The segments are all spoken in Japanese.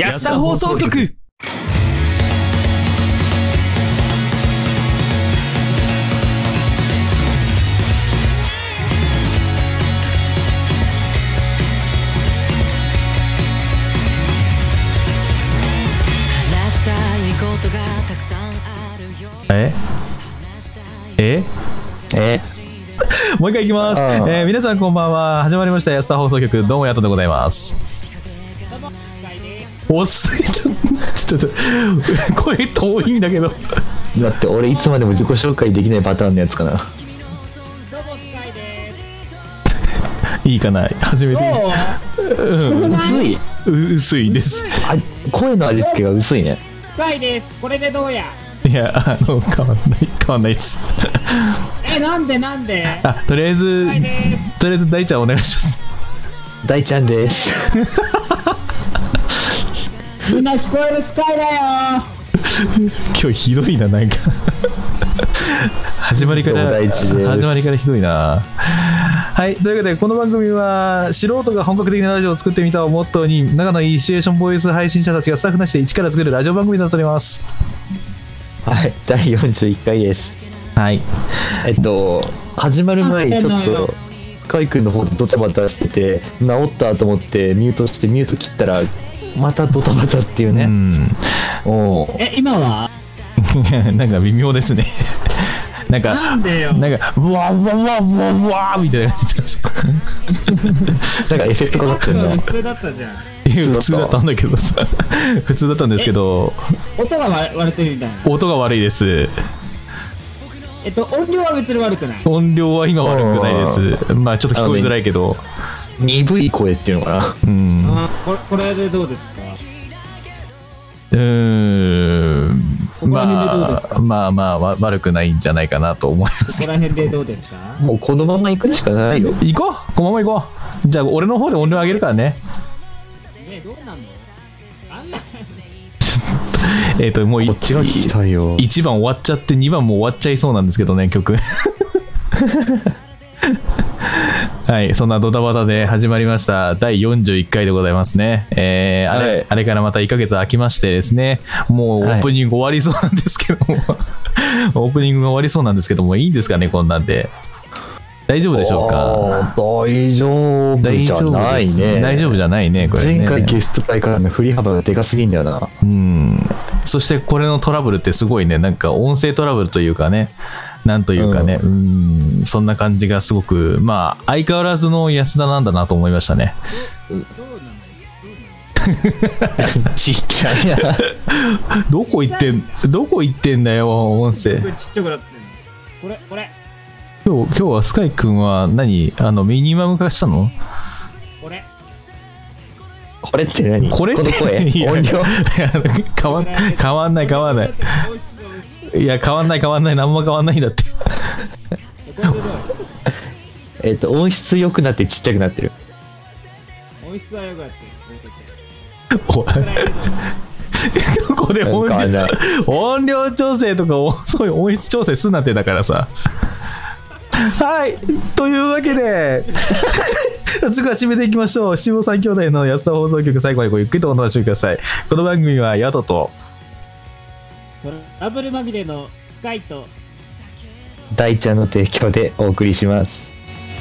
安田放送局。もう一回いきます。皆さんこんばんは。始まりました安田放送局。どうもやとでございます。おっすい、ちょっと声遠いんだけど。 だって俺いつまでも自己紹介できないパターンのやつかな。 いいかな、初めて。薄いです。 声の味付けが薄いね。 深いです。これでどうや。 いや、変わんないです。 なんでとりあえず大ちゃんお願いします。 大ちゃんです。 みんな聞こえるスカイだよ。 今日ひどいな、なんか始まりからひどいな。はい、というわけでこの番組は素人が本格的なラジオを作ってみたをモットーに、仲のいいシチュエーションボイス配信者たちがスタッフなしで一から作るラジオ番組となっております。 はい、第41回です。 はい。 始まる前にちょっとカイ君の方でドタバタしてて治ったと思ってミュートしてミュート切ったらまたドタバタっていうね。 今はなんか微妙ですね。なんかブワブワブワブワブワみたいな感じです。 なんかエフェクトかかってるんだ。 普通だったじゃん。 普通だったんだけどさ。普通だったんですけど、 音が割れてるみたいな。 音が悪いです。 音量は別に悪くない。 音量は今悪くないです。まあちょっと聞こえづらいけど、 鈍い声っていうのかな。 これでどうですか。 まあ悪くないんじゃないかなと思います。 ここら辺でどうですか。 もうこのまま行くしかないよ。 行こう、このまま行こう。じゃあ俺の方で音量上げるからね。 どうなんの。 もうこっちが聞きたいよ。 1番終わっちゃって2番も終わっちゃいそうなんですけどね、曲。はい、そんなドタバタで始まりました第41回でございますね。あれからまた1ヶ月空きましてですね、もうオープニング終わりそうなんですけども、オープニングが終わりそうなんですけども、いいんですかね、こんなんで。大丈夫でしょうか。 大丈夫じゃないね。 大丈夫じゃないね、これね。 前回ゲスト会からの振り幅がでかすぎんだよな。 そしてこれのトラブルってすごいね、なんか音声トラブルというかね、なんというかね、そんな感じがすごく、まあ相変わらずの安田なんだなと思いましたね。 ちっちゃいな。 どこ行ってんだよ、音声。 ちっちゃくなってんの。これ。 今日はスカイ君は何、ミニマム化したの？ これって何？ これってこの声音量変わんない。いや、変わんない。何も変わんないんだって。 音質良くなってちっちゃくなってる。 音質は良くなってる。 ここで音量調整とかそういう音質調整すんなってだからさ。はい、というわけで次は締めていきましょう。七五三兄弟の安田放送局、最後までごゆっくりとお楽しみください。この番組はヤトとトラブルまみれのスカイと大ちゃんの提供でお送りします。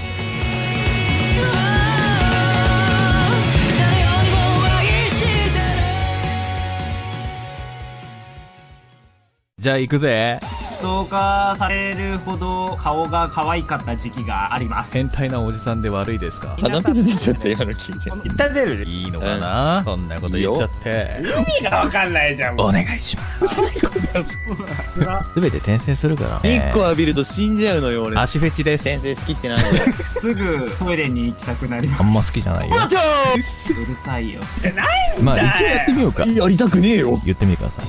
じゃあ行くぜ。 ストーカーされるほど顔が可愛かった時期があります。 変態なおじさんで悪いですか。 鼻水出ちゃった今の聞いて。 一旦出る。 いいのかな、そんなこと言っちゃって。 意味が分かんないじゃん。 お願いします。すべて転生するからね。 日光浴びると死んじゃうのよ俺。 足フェチです。 転生しきってないのよ。 すぐトイレに行きたくなります。 あんま好きじゃないよ。 うるさいよ。じゃないんだよ。 まあ一応やってみようか。 やりたくねえよ。 言ってみてください。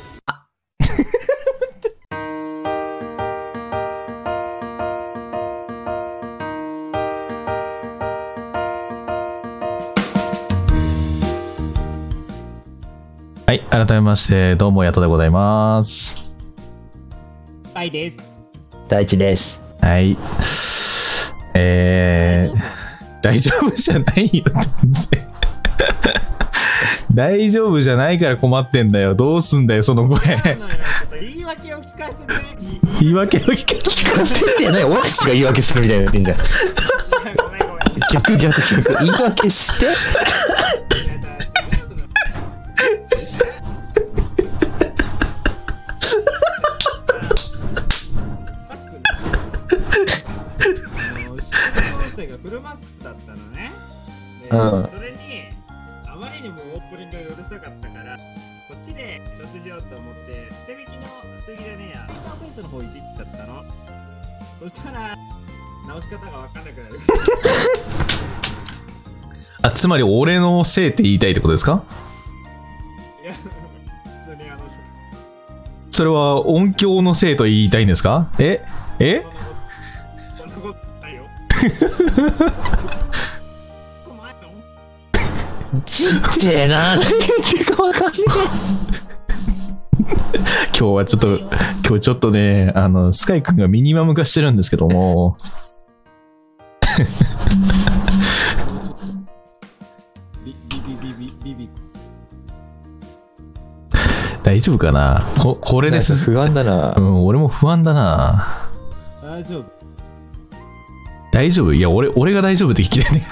はい、改めましてどうもヤトでございます。 はいです。 大地です。 はい。大丈夫じゃないよ。 大丈夫じゃないから困ってんだよ。どうすんだよ、その声。 言い訳を聞かせて。 言い訳を聞かせて。 聞かせてない。俺たちが言い訳するみたいなってんじゃん。 ごめん。 逆言い訳して。 がフルマックスだったのね。で、それにあまりにもオープニングがうるさかったからこっちで調整しようと思って捨て引きじゃねえやインターフェースの方いじっちゃったの。そしたら直し方が分かんなくなる。 あ、つまり俺のせいって言いたいってことですか？ いや普通にそれは音響のせいと言いたいんですか？えそんなことないよ。 ちっちゃいな。何言ってるかわかんね今日ちょっとね、スカイくんがミニマム化してるんですけども。大丈夫かな？これです。 不安だな。 俺も不安だな。大丈夫？いや、俺が大丈夫って聞きたいね。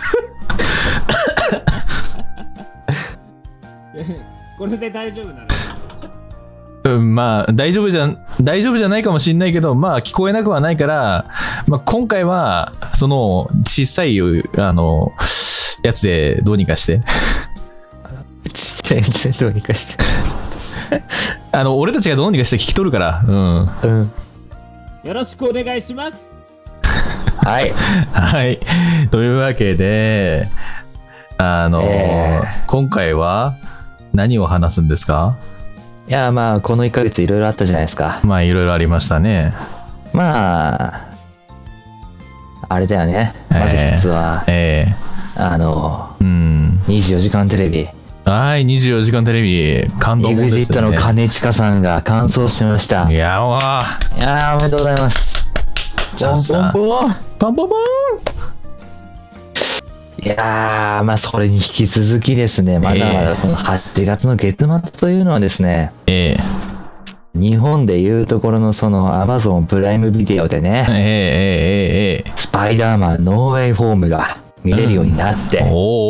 これで大丈夫なの？まあ大丈夫じゃないかもしんないけど、まあ聞こえなくはないから、まあ今回はその小さいやつでどうにかして。 ちっちゃいやつでどうにかして。 俺たちがどうにかして聞き取るから。 よろしくお願いします。 はい。 はい。というわけで、今回は何を話すんですか？ いや、まあ、この1ヶ月いろいろあったじゃないですか。 まあ、いろいろありましたね。 まあ、あれだよね。まず一つは、24時間テレビ。 はい、24時間テレビ、感動ですね。 EXIT の兼近さんが完走しました。 いやー、 おめでとうございます。 ポンポンポンパンポンポン。 いやー、まあそれに引き続きですね、まだまだこの8月の月末というのはですね、日本でいうところのその Amazon プライムビデオでね、スパイダーマンノーウェイホームが見れるようになって、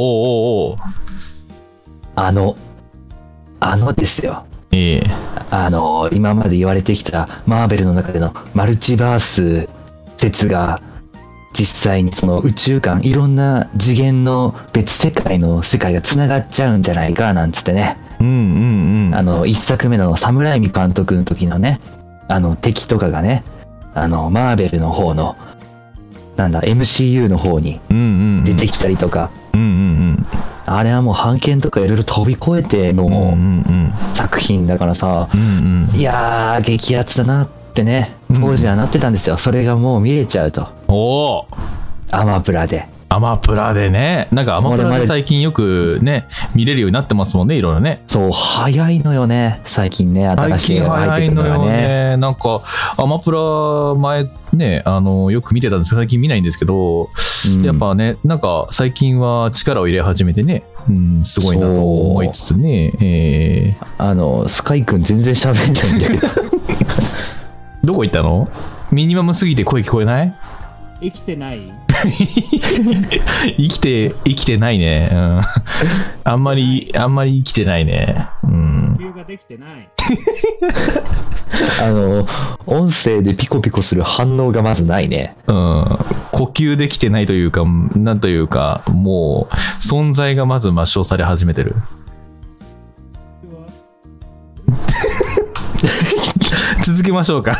あのですよ。今まで言われてきたマーベルの中でのマルチバース説が実際にその宇宙間いろんな次元の別世界の世界がつながっちゃうんじゃないかなんつってね、一作目のサムライミ監督の時のね敵とかがねマーベルの方のMCU の方に出てきたりとか、あれはもう版権とかいろいろ飛び越えての作品だからさ、いやー激アツだなってね当時はなってたんですよ。それがもう見れちゃうと。アマプラでね。なんかアマプラで最近よくね見れるようになってますもんね、いろいろね。そう、早いのよね最近ね、新しいのが入ってくるのがね。なんかアマプラ前ねよく見てたんですけど最近見ないんですけど、やっぱねなんか最近は力を入れ始めてね、すごいなと思いつつね。スカイくん全然喋んないんだけど。どこ行ったの？ミニマムすぎて声聞こえない？ 生きてない？ 生きてないね。あんまり生きてないね。呼吸ができてない。 音声でピコピコする反応がまずないね。 呼吸できてないというか、なんというか、もう存在がまず抹消され始めてる。続けましょうか。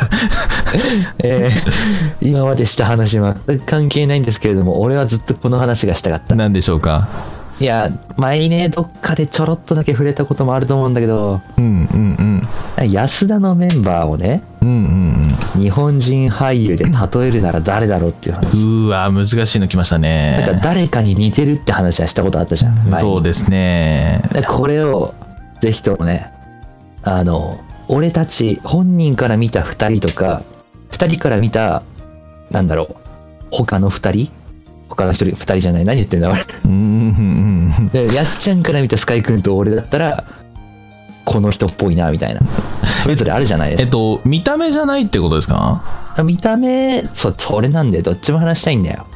今までした話は関係ないんですけれども、俺はずっとこの話がしたかった。何でしょうか？いや、前にねどっかでちょろっとだけ触れたこともあると思うんだけど、安田のメンバーをね、日本人俳優で例えるなら誰だろうっていう話。難しいの来ましたね。なんか誰かに似てるって話はしたことあったじゃん。そうですね。これをぜひともね俺たち本人から見た2人とか2人から見た他の2人他の2人じゃない、何言ってんだ俺。でやっちゃんから見たスカイ君と俺だったらこの人っぽいなみたいな、それぞれあるじゃないですか。 見た目じゃないってことですか？ 見た目、それなんでどっちも話したいんだよ。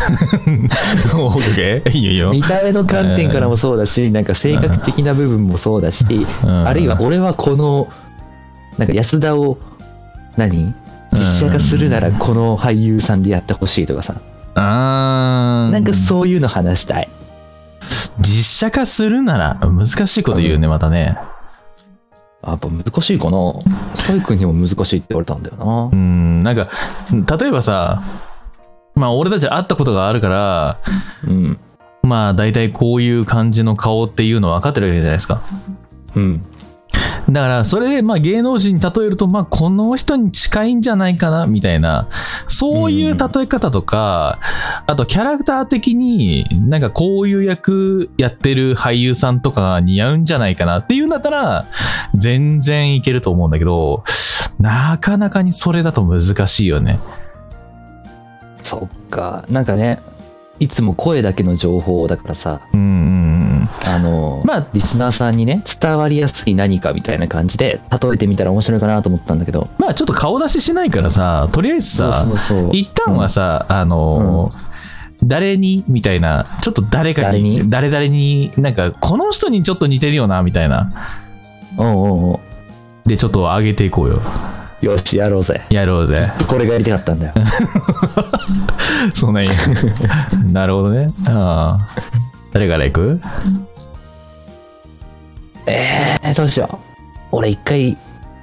いいよ。 見た目の観点からもそうだし、なんか性格的な部分もそうだし、あるいは俺はこのなんか安田を実写化するならこの俳優さんでやってほしいとかさ、なんかそういうの話したい。 実写化するなら難しいこと言うね、またね。 やっぱ難しいかな。スカイ君にも難しいって言われたんだよな。 なんか例えばさ、まあ俺たち会ったことがあるから、まあ大体こういう感じの顔っていうの分かってるわけじゃないですか。だからそれでまあ芸能人に例えると、まあこの人に近いんじゃないかなみたいな、そういう例え方とか、あとキャラクター的になんかこういう役やってる俳優さんとかが似合うんじゃないかなっていうんだったら全然いけると思うんだけど、なかなかにそれだと難しいよね。 そっか、なんかね、いつも声だけの情報だからさ、まあリスナーさんにね伝わりやすい何かみたいな感じで例えてみたら面白いかなと思ったんだけど、 まあちょっと顔出ししないからさ、とりあえずさ、一旦はさ、誰にみたいな、ちょっと誰々になんかこの人にちょっと似てるよなみたいな、でちょっと上げていこうよ。 よし、やろうぜ。これがやりたかったんだよ。 そうなんや。なるほどね。誰から行く？ どうしよう。俺一回、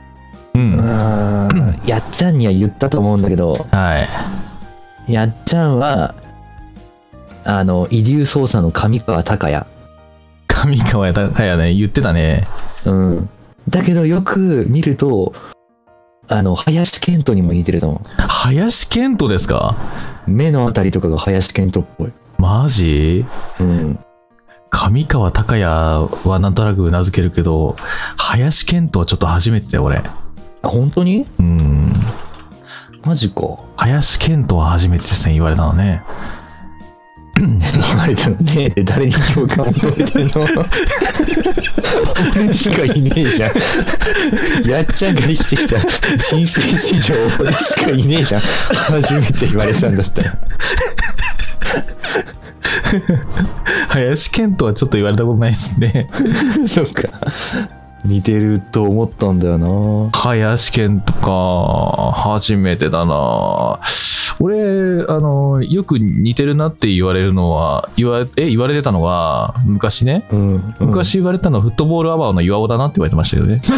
やっちゃんには言ったと思うんだけど、やっちゃんは遺留捜査の上川隆也。 上川隆也ね、言ってたね。 だけどよく見ると林遣都にも似てると思う。 林遣都ですか？ 目のあたりとかが林遣都っぽい。 マジ？上川隆也はなんとなくうなずけるけど、林遣都はちょっと初めてだよ俺。 本当に？マジか。 林遣都は初めてですね、言われたのね。 言われたのねって誰に共感を取れてんの？俺しかいねえじゃん。やっちゃんが生きてきた人生史上俺しかいねえじゃん。初めて言われたんだったら。 林遣都はちょっと言われたことないですね。 そっか。似てると思ったんだよな。 林遣都か、初めてだな。俺よく似てるなって言われるのは言われてたのは昔ね、昔言われたのはフットボールアワーの岩尾だなって言われてましたけどね。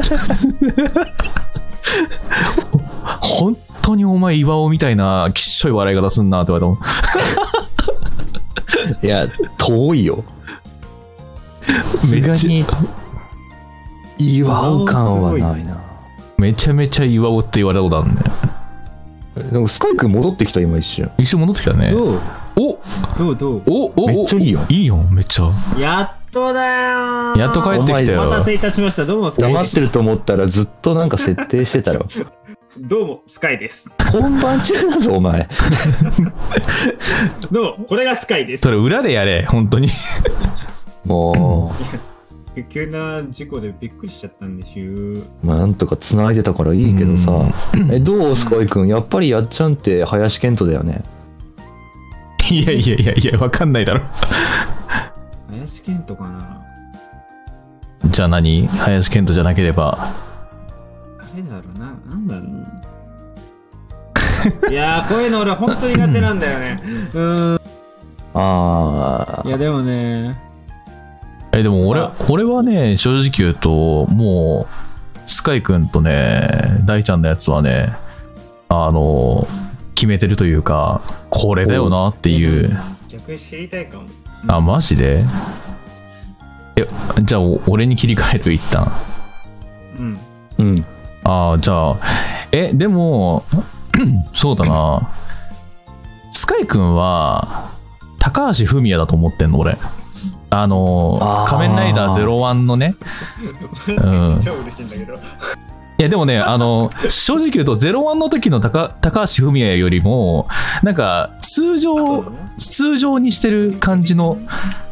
本当にお前岩尾みたいなきっしょい笑い方すんなって言われたもん。 いや遠いよ。めっちゃ岩尾感はないな。 めちゃめちゃ岩尾って言われたことあるね。 でもスカイ君戻ってきた今一瞬戻ってきたね。 どうめっちゃいいよ。 いいよめっちゃ。 やっとだよ。 やっと帰ってきたよ。 お待たせいたしました。どうもスカイです。 黙ってると思ったらずっとなんか設定してたろ。 どうもスカイです。 本番中だぞお前。 どうもこれがスカイです。 それ裏でやれ本当に。 もう急な事故でびっくりしちゃったんでしゅ。 まあなんとか繋いでたからいいけどさ。どうスカイ君、やっぱりやっちゃんって林遣都だよね。 いやわかんないだろ。 林遣都かな。 じゃあ何？林遣都じゃなければ誰だろうな。なんだろう。いやーこういうの俺本当に苦手なんだよね。いやでもね。 でも俺はね、正直言うともうスカイ君とね大ちゃんのやつはね決めてるというか、これだよなっていう。 逆に知りたいかも。 あ、マジで？じゃあ俺に切り替える一旦。じゃあでもそうだな、スカイ君は高橋文哉だと思ってんの俺。仮面ライダー01のね。超嬉しいんだけど。 やでもね、正直言うと01の時の高橋文哉よりもなんか通常にしてる感じの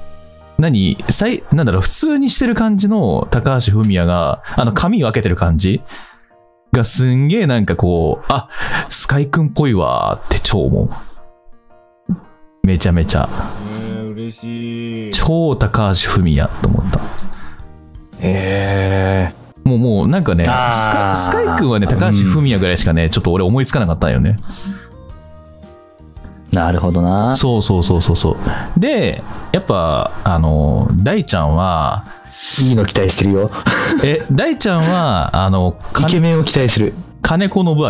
なんだろう、普通にしてる感じの高橋文哉が髪分けてる感じがすんげえなんかこう、スカイくんっぽいわーって超思う。めちゃめちゃ嬉しい。 超高橋文哉と思った。もうなんかね、スカイくんはね、高橋文哉ぐらいしかね、ちょっと俺思いつかなかったんよね。 なるほどな。 そう。で、やっぱ、大ちゃんは、 いいの期待してるよ。 大ちゃんは、 イケメンを期待する。 金子信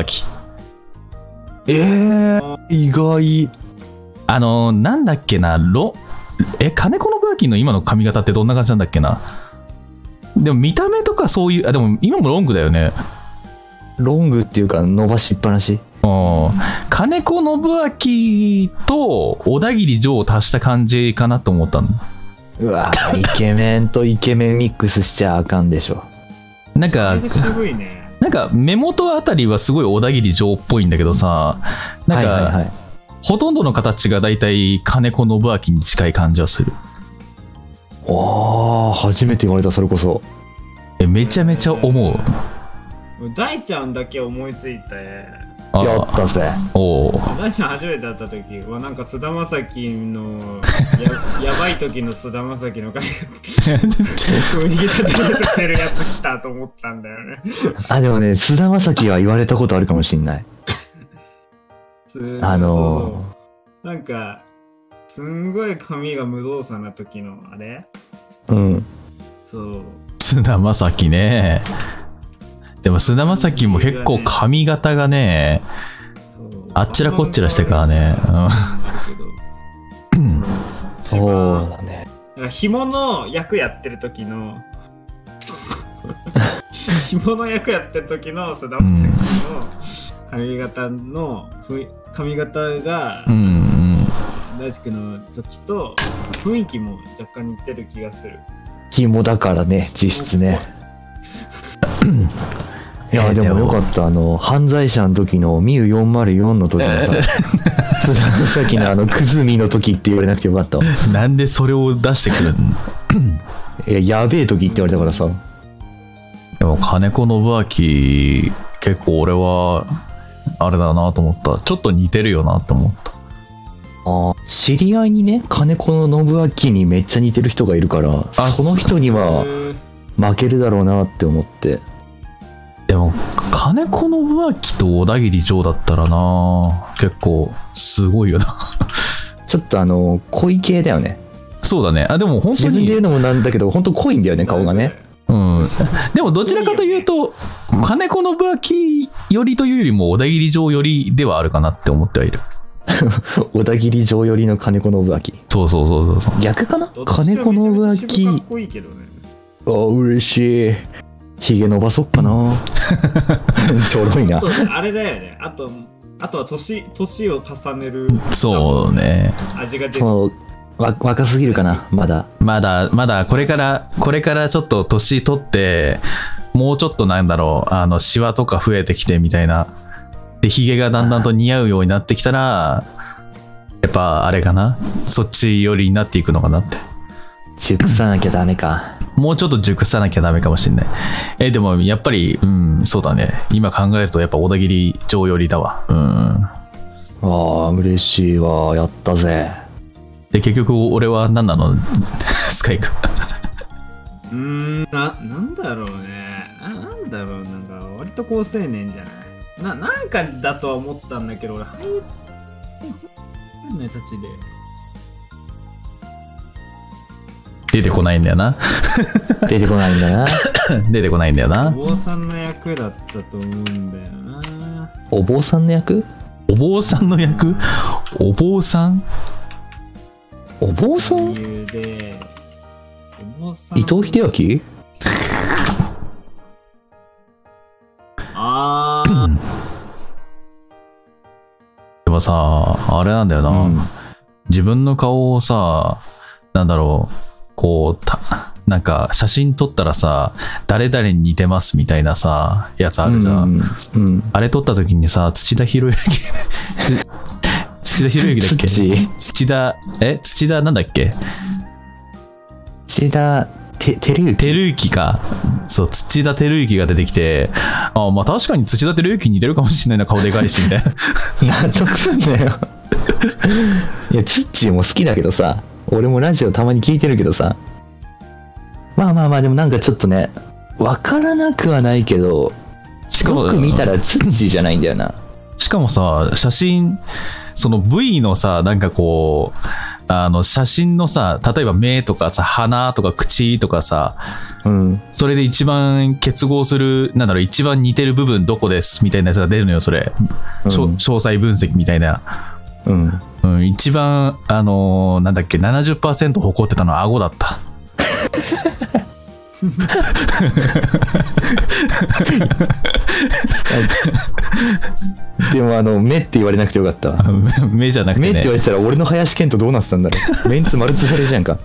明。 意外。 なんだっけな、金子信明の今の髪型ってどんな感じなんだっけな。でも見た目とかそういう、でも今もロングだよね。 ロングっていうか、伸ばしっぱなし。 金子信明と小田切丈を足した感じかなと思ったの。 うわイケメンとイケメンミックスしちゃあかんでしょ。 なんか目元あたりはすごい小田切丈っぽいんだけどさ、なんか、ほとんどの形がだいたい金子信明に近い感じはする。 初めて言われた。それこそめちゃめちゃ思う。 大ちゃんだけ思いついてやったぜ。 大ちゃん初めて会った時はなんか菅田将暉のやばい時の菅田将暉の回雰囲気立ててるやつ来たと思ったんだよね。 でもね、菅田将暉は言われたことあるかもしんない。 なんかすんごい髪が無造作な時のあれ。 菅田将暉ね。でも菅田将暉も結構髪型がね、あっちらこっちらしてからね。 そうだね。 紐の役やってる時の紐の役やってる時の菅田将暉の髪型が大地君の時と雰囲気も若干似てる気がする。 紐だからね、実質ね。いやでもよかった。犯罪者の時のミュ404の時のさ、菅田将暉のクズミの時って言われなくてよかった。 なんでそれを出してくるの？ やべえ時って言われたからさ。 でも金子信明結構俺はあれだなと思った。ちょっと似てるよなと思った。 知り合いにね、金子信明にめっちゃ似てる人がいるから、その人には負けるだろうなって思って。 でも金子信明と小田切丈だったらな、結構すごいよな。 ちょっと濃い系だよね。 そうだね。でも本当に自分で言うのもなんだけど本当濃いんだよね、顔がね。 でもどちらかというと金子信明よりというよりも小田切丈よりではあるかなって思ってはいる。 小田切丈よりの金子信明。 そう逆かな。金子信明。 かっこいいけどね。 嬉しい。ひげ伸ばそっかな。ちょろいな。 あれだよね。あとは年を重ねる。 そうね。 味が出る。 若すぎるかな。まだこれからちょっと年取ってもうちょっとなんだろう、シワとか増えてきてみたいな。でヒゲがだんだんと似合うようになってきたら、やっぱあれかな、そっち寄りになっていくのかなって。 熟さなきゃダメか。 もうちょっと熟さなきゃダメかもしれない。でもやっぱりそうだね。今考えるとやっぱ小田切丈寄りだわ。 嬉しいわ。やったぜ。 で結局俺は何なの？スカイ君。 なんだろうね。なんだろう、なんか割と好青年じゃない。なんかだとは思ったんだけど、俺ね、たちで出てこないんだよな。 出てこないんだな。 出てこないんだよな。 お坊さんの役だったと思うんだよな。 お坊さんの役？ お坊さんの役？お坊さん？ お坊さん？伊藤英明？ でもさ、あれなんだよな、自分の顔をさ、なんだろう、こうなんか写真撮ったらさ、誰々に似てますみたいなさ、やつあるじゃん。 うん。 あれ撮った時にさ、土田博之土田博之だっけ？土田なんだっけ？ 土田照之か。そう、土田照之が出てきて、まあ確かに土田照之に似てるかもしれないな、顔でかいしみたいな。 納得すんだよ。いや、ツッチーも好きだけどさ、俺もラジオたまに聞いてるけどさ、まあでもなんかちょっとね、わからなくはないけど、 しかもよく見たらツッチーじゃないんだよな。 しかもさ、写真、その V のさ、なんかこう、写真のさ、例えば目とかさ、鼻とか口とかさ、 うん。 それで一番結合する、なんだろう、一番似てる部分どこですみたいなやつが出るのよ、それ。詳細分析みたいな。うん。一番、なんだっけ、70% 誇ってたのは顎だった。 でも目って言われなくてよかったわ。 目じゃなくてね。 目って言われてたら俺の林健人どうなってたんだろう。メンツ丸つされじゃんか。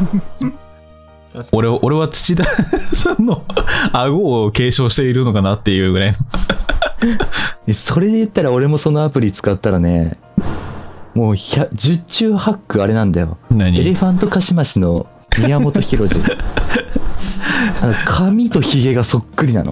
俺は土田さんの顎を継承しているのかなっていうぐらいの。それで言ったら俺もそのアプリ使ったらね、もう10中8区あれなんだよ。 何？ エレファントカシマシの宮本浩次。髪とヒゲがそっくりなの。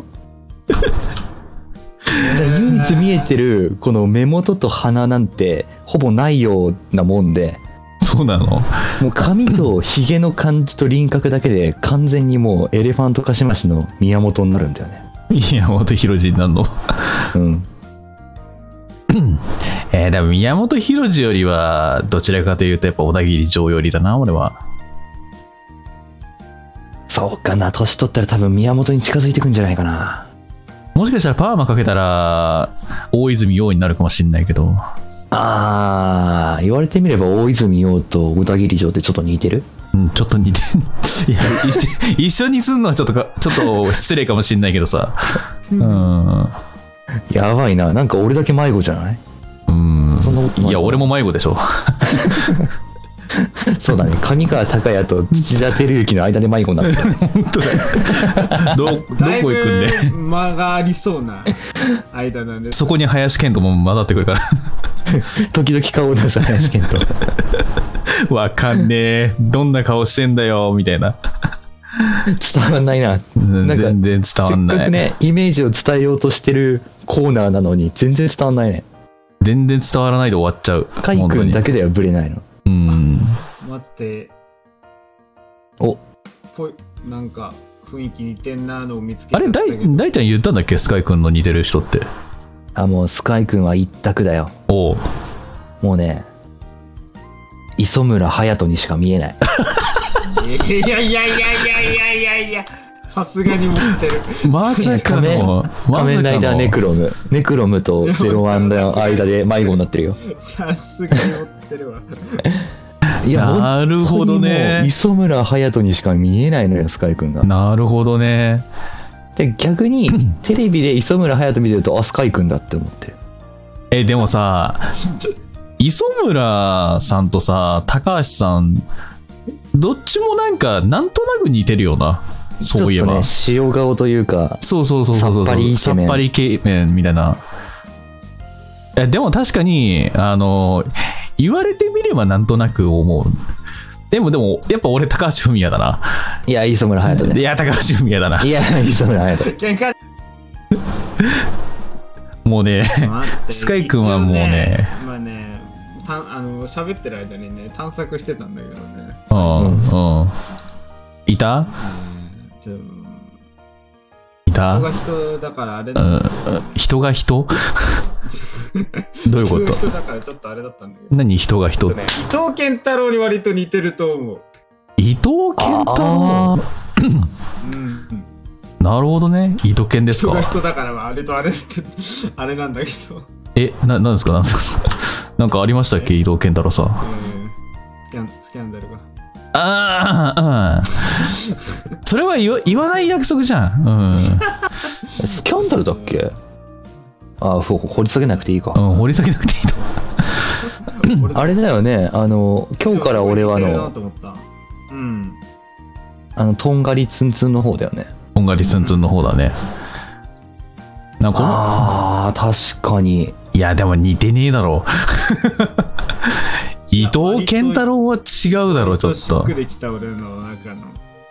唯一見えてるこの目元と鼻なんてほぼないようなもんで。 そうなの？ もう髪とヒゲの感じと輪郭だけで完全にもうエレファントカシマシの宮本になるんだよね。 宮本浩次になるの？ うん。 でも宮本浩次よりはどちらかというとやっぱ小田切丈よりだな、俺は。 そうかな、年取ったら多分宮本に近づいてくんじゃないかな。 もしかしたらパーマかけたら大泉洋になるかもしんないけど。 言われてみれば大泉洋と小田切丈ってちょっと似てる？ うん、ちょっと似てる。いや、一緒にすんのはちょっと失礼かもしんないけどさ。 やばいな、なんか俺だけ迷子じゃない？ いや、俺も迷子でしょ。 そうだね、上川隆也と土田照之の間で迷子になってる。 本当だ。どこ行くんで？ 間がありそうな間なんです。 そこに林遣都も混ざってくるから。 時々顔を出す林遣都。 わかんねえ。どんな顔してんだよみたいな。 伝わんないな。なんか全然伝わんない。 せっかくね、イメージを伝えようとしてるコーナーなのに全然伝わんないね。 全然伝わらないで終わっちゃう。 カイ君だけではブレないの。 待って。なんか雰囲気似てんなのを見つけた。 あれ、大ちゃん言ったんだっけ、スカイ君の似てる人って。 もうスカイ君は一択だよ。もうね、磯村勇斗にしか見えない。 いや、さすがに持ってる。 まさかの仮面ライダーネクロムとゼロワンの間で迷子になってるよ。 さすがに持ってるわ。 いや、 なるほどね。 磯村勇斗にしか見えないのよ、スカイ君が。 なるほどね。 で、逆にテレビで磯村勇斗見てると、スカイ君だって思ってる。 でもさ、磯村さんとさ、高橋さん、どっちもなんとなく似てるよな。そういえば。 ちょっとね、塩顔というか、 そう。 さっぱりイケメン。 さっぱりイケメンみたいな。でも確かに、言われてみればなんとなく思う。でも、やっぱ俺、高橋文哉だな。 いや、磯村勇斗ね。 いや、高橋文哉だな。 いや、磯村勇斗。 喧嘩。 もうね、スカイ君はもうね。 まあね、喋ってる間にね、探索してたんだけどね。 いた？いた？ 人が人だからあれだ。 人が人？どういうこと？ 人だからちょっとあれだったんだけど。 何人が人？ 伊藤健太郎に割と似てると思う。 伊藤健太郎？なるほどね。伊藤健ですか？ 人が人だからあれとあれってあれなんだけど。 なんですか？なんかありましたっけ、伊藤健太郎さん。 スキャンダルが。 それは言わない約束じゃん。 スキャンダルだっけ？掘り下げなくていいか。 掘り下げなくていいと。 あれだよね、今日から俺はとんがりツンツンの方だよね。 とんがりツンツンの方だね。なんかあー、確かに。 いや、でも似てねえだろ。伊藤健太郎は違うだろ、ちょっと。 しっくりきた俺の中の。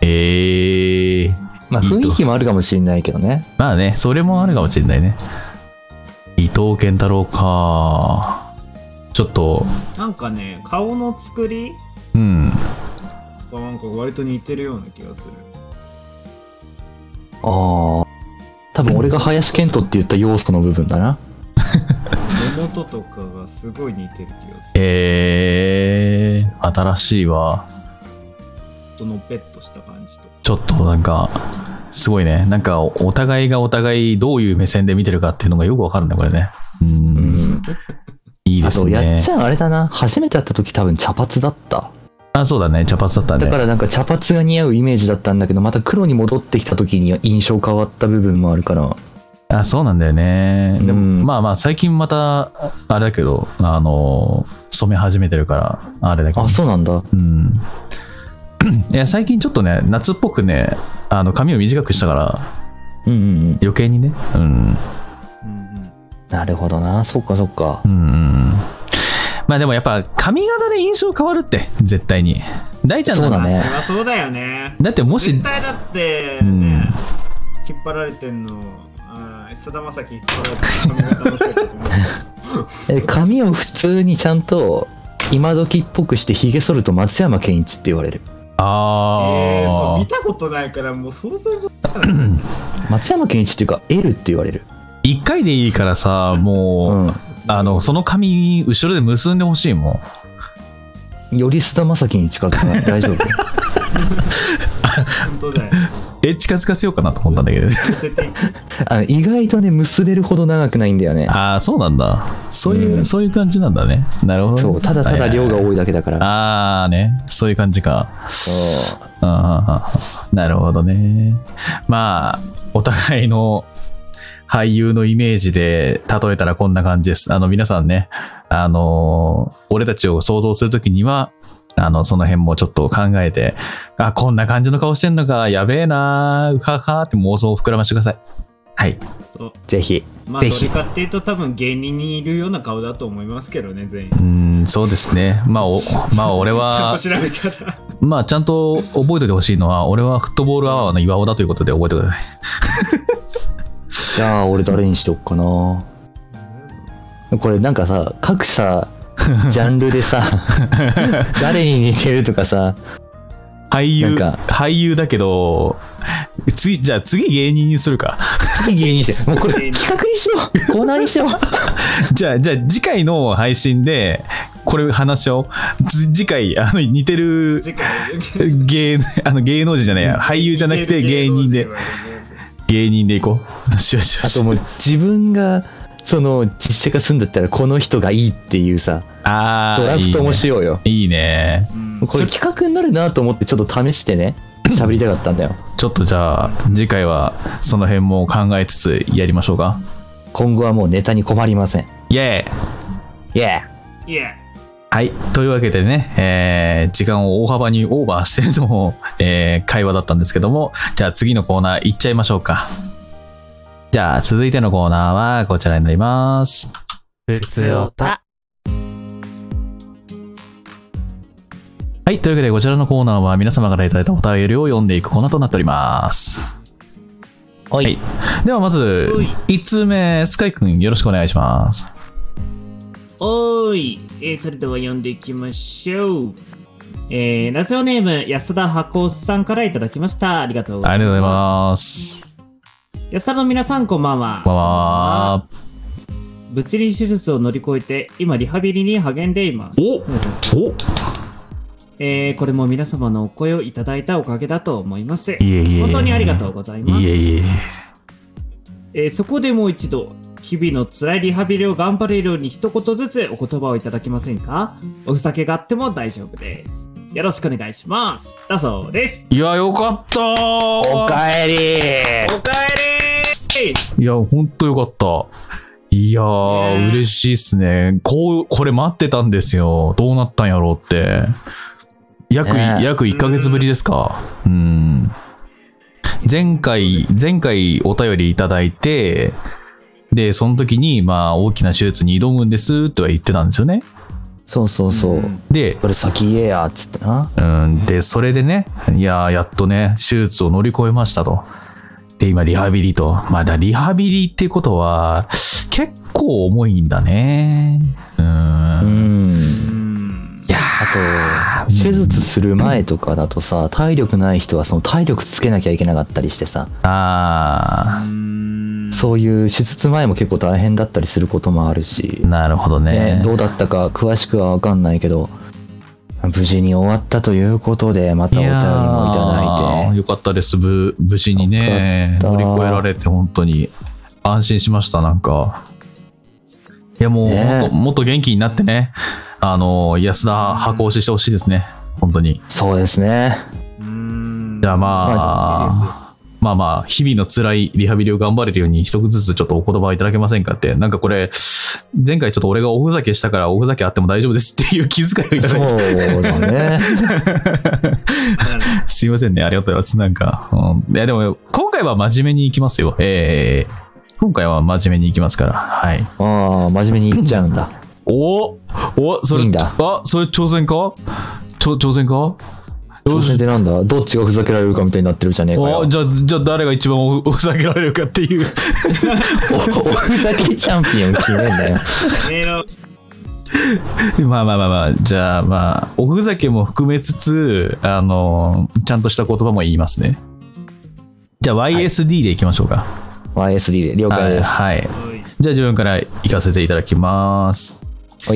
まあ雰囲気もあるかもしれないけどね。 まあね、それもあるかもしれないね。伊藤健太郎か。ちょっと。 なんかね、顔の作りうん。 なんか割と似てるような気がする。 ああ。多分俺が林遣都って言った要素の部分だな。 目元とかがすごい似てる気がする。 新しいわ。 ちょっとのぺっとした感じとか。 ちょっとなんか、すごいね。なんか、お互いがお互いどういう目線で見てるかっていうのがよくわかるね、これね。いいですね。 あと、やっちゃんあれだな。初めて会った時多分茶髪だった。 あ、そうだね。茶髪だったね。 だからなんか茶髪が似合うイメージだったんだけど、また黒に戻ってきた時に印象変わった部分もあるから。 あ、そうなんだよね。でも、まあまあ、最近また、あれだけど、染め始めてるから、あれだけど。 あ、そうなんだ。 いや、最近ちょっとね、夏っぽくね、髪を短くしたから、余計にね。 なるほどな。そっかそっか。 まあでもやっぱ髪型で印象変わるって、絶対に。大ちゃんそうだね。 そうだよね。 だってもし。 絶対だって、ね、引っ張られてんの、菅田将暉引っ張られてる髪型のせいだと思う。 髪を普通にちゃんと今時っぽくして髭剃ると松山ケンイチって言われる。 そう見たことないからもう想像も松山ケンイチっていうか L って言われる。 一回でいいからさ、もう、その髪後ろで結んでほしいもん。より菅田将暉に近づかない。大丈夫？ 本当だよ。 近づかせようかなと思ったんだけど。 意外とね、結べるほど長くないんだよね。 ああ、そうなんだ。そういう感じなんだね。なるほど。 そう、ただただ量が多いだけだから。 ああね、そういう感じか。 そう。 なるほどね。まあ、お互いの俳優のイメージで例えたらこんな感じです。皆さんね、俺たちを想像するときには、その辺もちょっと考えて、あ、こんな感じの顔してんのか、やべえなー、うははーって妄想を膨らましてください。はい。 ぜひ。 まあ、どれかっていうと多分芸人にいるような顔だと思いますけどね、全員。 そうですね。まあ俺は、 ちゃんと調べたら。 まあ、ちゃんと覚えておいてほしいのは、俺はフットボールアワーの岩尾だということで覚えてください。 じゃあ、俺誰にしよっかな。これなんかさ、各さ、ジャンルでさ、誰に似てるとかさ、 俳優だけど、じゃあ次芸人にするか。 次芸人にして。もうこれ企画にしよう。コーナーにしよう。 じゃあ次回の配信で、これ話しよう。次回、似てる芸能人じゃないや、俳優じゃなくて芸人でいこう。よしよしよし。 あともう自分が、実写化するんだったらこの人がいいっていうさ、ドラフトもしようよ。 いいね。 これ企画になるなと思ってちょっと試してね、喋りたかったんだよ。 ちょっとじゃあ次回はその辺も考えつつやりましょうか。 今後はもうネタに困りません。 イエーイ。 イエーイ。 はい。というわけでね、時間を大幅にオーバーしてるのも、会話だったんですけども、じゃあ次のコーナー行っちゃいましょうか。じゃあ続いてのコーナーはこちらになります。 ふつおた。 はい。というわけでこちらのコーナーは皆様からいただいたお便りを読んでいくコーナーとなっております。はい。ではまず、1通目、スカイくんよろしくお願いします。 おーい。それでは読んでいきましょう。ラジオネーム、安田箱さんからいただきました。ありがとうございます。 ありがとうございます。 安田の皆さんこんばんは。 こんばんは。 物理手術を乗り越えて今リハビリに励んでいます。これも皆様のお声をいただいたおかげだと思います。本当にありがとうございます。そこでもう一度日々の辛いリハビリを頑張れるように一言ずつお言葉をいただけませんか？おふざけがあっても大丈夫です。よろしくお願いします。だそうです。 いや、よかったー。 おかえりー。おかえりー。 いや、ほんとよかった。いやー、嬉しいっすね。これ待ってたんですよ。どうなったんやろうって。 約1ヶ月ぶりですか。前回お便りいただいて、で、その時に、まあ、大きな手術に挑むんですとは言ってたんですよね。 そう。 で、 これ先言えや、つってな。 で、それでね、やっとね、手術を乗り越えましたと。で、今、リハビリと。まだリハビリってことは、結構重いんだね。 いやあと、手術する前とかだとさ、体力ない人はその体力つけなきゃいけなかったりしてさ。そういう手術前も結構大変だったりすることもあるし。 なるほどね。 どうだったか詳しくは分かんないけど、無事に終わったということで、またお便りもいただいて。 よかったです。無事にね、乗り越えられて本当に安心しました、なんか。いやもう本当、もっと元気になってね、安田箱押ししてほしいですね、本当に。 そうですね。 じゃあまあ、日々の辛いリハビリを頑張れるように一つずつちょっとお言葉をいただけませんかって。なんかこれ、前回ちょっと俺がおふざけしたからおふざけあっても大丈夫ですっていう気遣いをいただいて。そうだね。すいませんね、ありがとうございます。なんか、いやでも、今回は真面目に行きますよ。今回は真面目に行きますから。はい。 真面目に行っちゃうんだ。 それ、 いいんだ。 それ挑戦か挑戦か挑戦ってなんだ？どっちがふざけられるかみたいになってるじゃねえかよ。 じゃあ誰が一番おふざけられるかっていう。 おふざけチャンピオン決めんだよ。 まあ。じゃあまあ、おふざけも含めつつ、ちゃんとした言葉も言いますね。じゃあ YSD でいきましょうか。 YSD で了解です。 はい。じゃあ自分から行かせていただきます。 はい。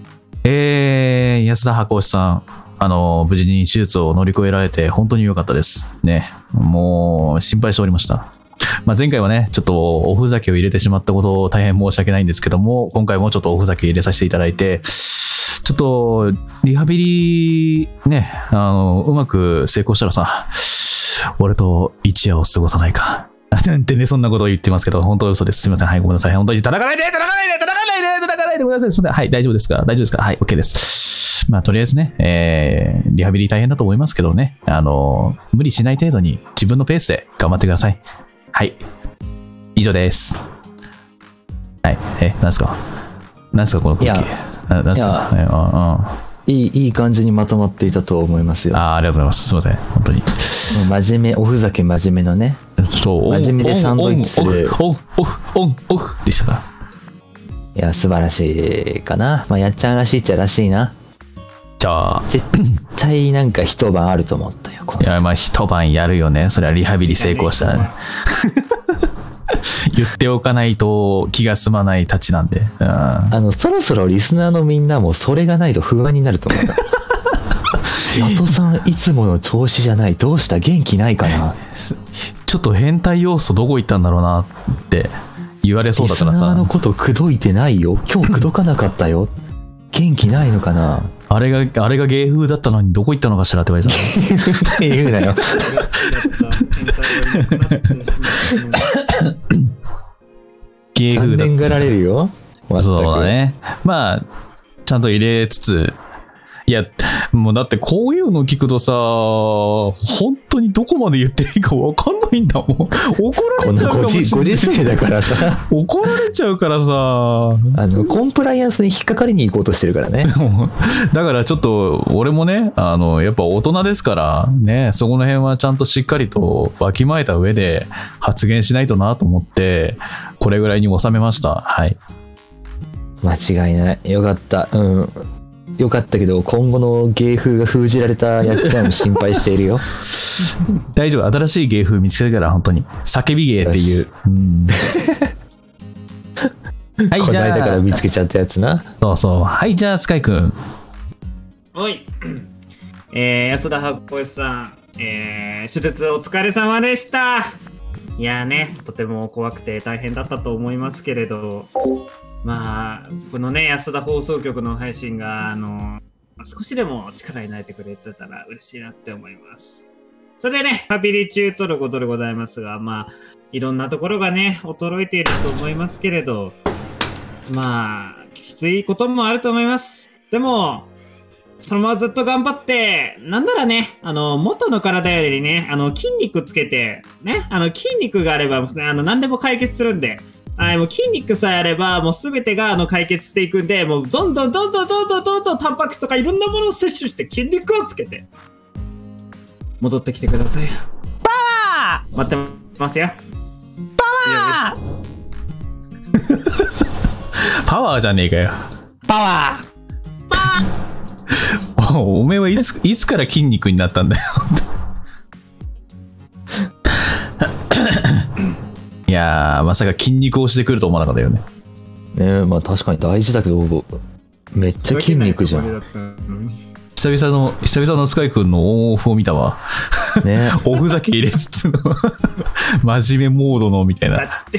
安田箱押さん。無事に手術を乗り越えられて本当に良かったですね。もう心配しておりました。まあ、前回はねちょっとおふざけを入れてしまったことを大変申し訳ないんですけども、今回もちょっとおふざけ入れさせていただいて、ちょっとリハビリねうまく成功したらさ、俺と一夜を過ごさないかなんてね、そんなことを言ってますけど本当嘘です。すみません。はい、ごめんなさい。本当に叩かないでごめんなさい。すみません。はい、大丈夫ですか？はい、 OK です。まあ、とりあえずね、リハビリ大変だと思いますけどね、無理しない程度に自分のペースで頑張ってください。はい。以上です。はい。何すかこの空気。何すか。 いい感じにまとまっていたと思いますよ。 ありがとうございます。すいません。本当に。 真面目、おふざけ真面目のね。 そう。 真面目でサンドイッチする。 オフでしたか。 いや、素晴らしいかな。まあ、やっちゃんらしいっちゃらしいな。 じゃあ。 絶対なんか一晩あると思ったよ。 いや、まあ一晩やるよね。それはリハビリ成功したらね。言っておかないと気が済まないたちなんで。 そろそろリスナーのみんなもそれがないと不安になると思う。ヤトさんいつもの調子じゃない。どうした元気ないかな。 ちょっと変態要素どこ行ったんだろうなって言われそうだからさ。 リスナーのこと口説いてないよ。今日口説かなかったよ。元気ないのかな。 あれが芸風だったのにどこ行ったのかしらって言われた。 言うなよ。 芸風だ。 3年がられるよ。 そうだね。まあちゃんと入れつつ。いや、もうだってこういうの聞くとさ、本当にどこまで言っていいか分かんないんだもん。怒られちゃうかもしれない。 ご時世だからさ。 怒られちゃうからさ。 コンプライアンスに引っかかりに行こうとしてるからね。 だからちょっと、俺もね、やっぱ大人ですから、ね、そこの辺はちゃんとしっかりとわきまえた上で発言しないとなと思って、これぐらいに収めました。はい。 間違いない。よかった。よかったけど、今後の芸風が封じられたやっちゃんを心配しているよ。 大丈夫。新しい芸風見つけたから、本当に。叫び芸っていう。 はい、じゃあ。この間から見つけちゃったやつな。 そうそう。はい、じゃあ、スカイくん。 はい。安田箱石さん、手術お疲れ様でした。いやね、とても怖くて大変だったと思いますけれど、まあこのね安田放送局の配信が少しでも力になれてくれてたら嬉しいなって思います。それでねリハビリ中とのことでございますが、まあいろんなところがね衰えていると思いますけれど、まあきついこともあると思います。でもそのままずっと頑張って、なんならね、元の体よりね、筋肉つけて、ね、筋肉があれば、何でも解決するんで、はい、もう筋肉さえあれば、もうすべてが解決していくんで、もうどんどんタンパク質とかいろんなものを摂取して筋肉をつけて、戻ってきてください。 パワー待ってますよ。 パワーパワーじゃねえかよ。 パワーおめえはいつから筋肉になったんだよ。いやー、まさか筋肉をしてくると思わなかったよね。 ね、まあ確かに大事だけど、めっちゃ筋肉じゃん。 久々のスカイ君のオンオフを見たわ。 ね、 おふざけ入れつつの真面目モードのみたいな。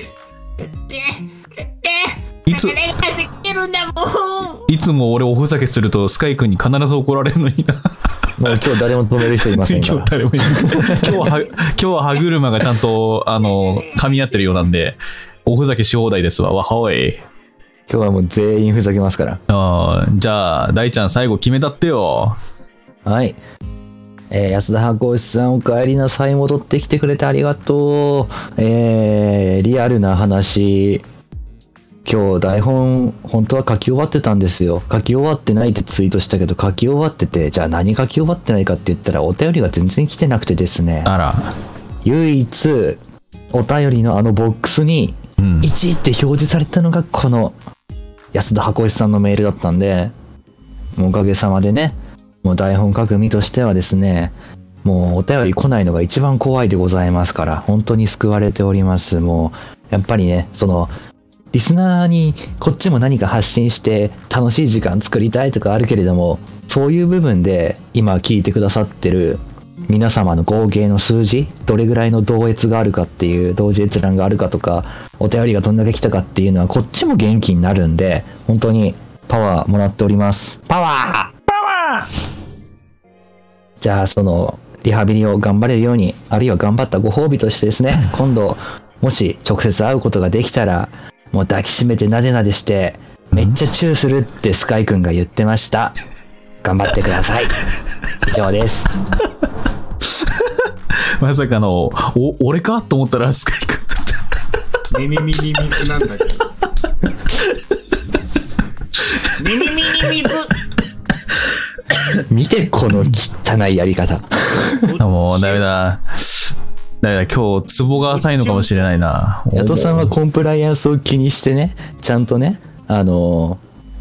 いつも俺おふざけするとスカイ君に必ず怒られるのにな。 もう今日誰も止める人いませんから。 今日は歯車がちゃんと噛み合ってるようなんで、おふざけし放題ですわ。わはい。 今日はもう全員ふざけますから。 じゃあ大ちゃん最後決めたってよ。 はい。安田箱石さんお帰りなさい。戻ってきてくれてありがとう。リアルな話。今日台本本当は書き終わってたんですよ。書き終わってないってツイートしたけど書き終わってて、じゃあ何書き終わってないかって言ったらお便りが全然来てなくてですね。 あら。 唯一お便りのボックスに1って表示されたのがこの安田箱石さんのメールだったんで、もうおかげさまでね、もう台本書く身としてはですね、もうお便り来ないのが一番怖いでございますから、本当に救われております。もうやっぱりね、リスナーにこっちも何か発信して楽しい時間作りたいとかあるけれども、そういう部分で今聞いてくださってる皆様の合計の数字、どれぐらいの同越があるかっていう、同時閲覧があるかとか、お便りがどんだけ来たかっていうのはこっちも元気になるんで、本当にパワーもらっております。パワーじゃあリハビリを頑張れるように、あるいは頑張ったご褒美としてですね、今度もし直接会うことができたら、もう抱きしめてなでなでしてめっちゃチューするってスカイくんが言ってました。頑張ってください。以上です。 まさかの俺かと思ったらスカイくんだった。 ミミミに水なんだけど。ミミミに水。 見てこの汚いやり方。 もうダメだ。今日ツボが浅いのかもしれないな。 ヤトさんはコンプライアンスを気にしてね、ちゃんとね、大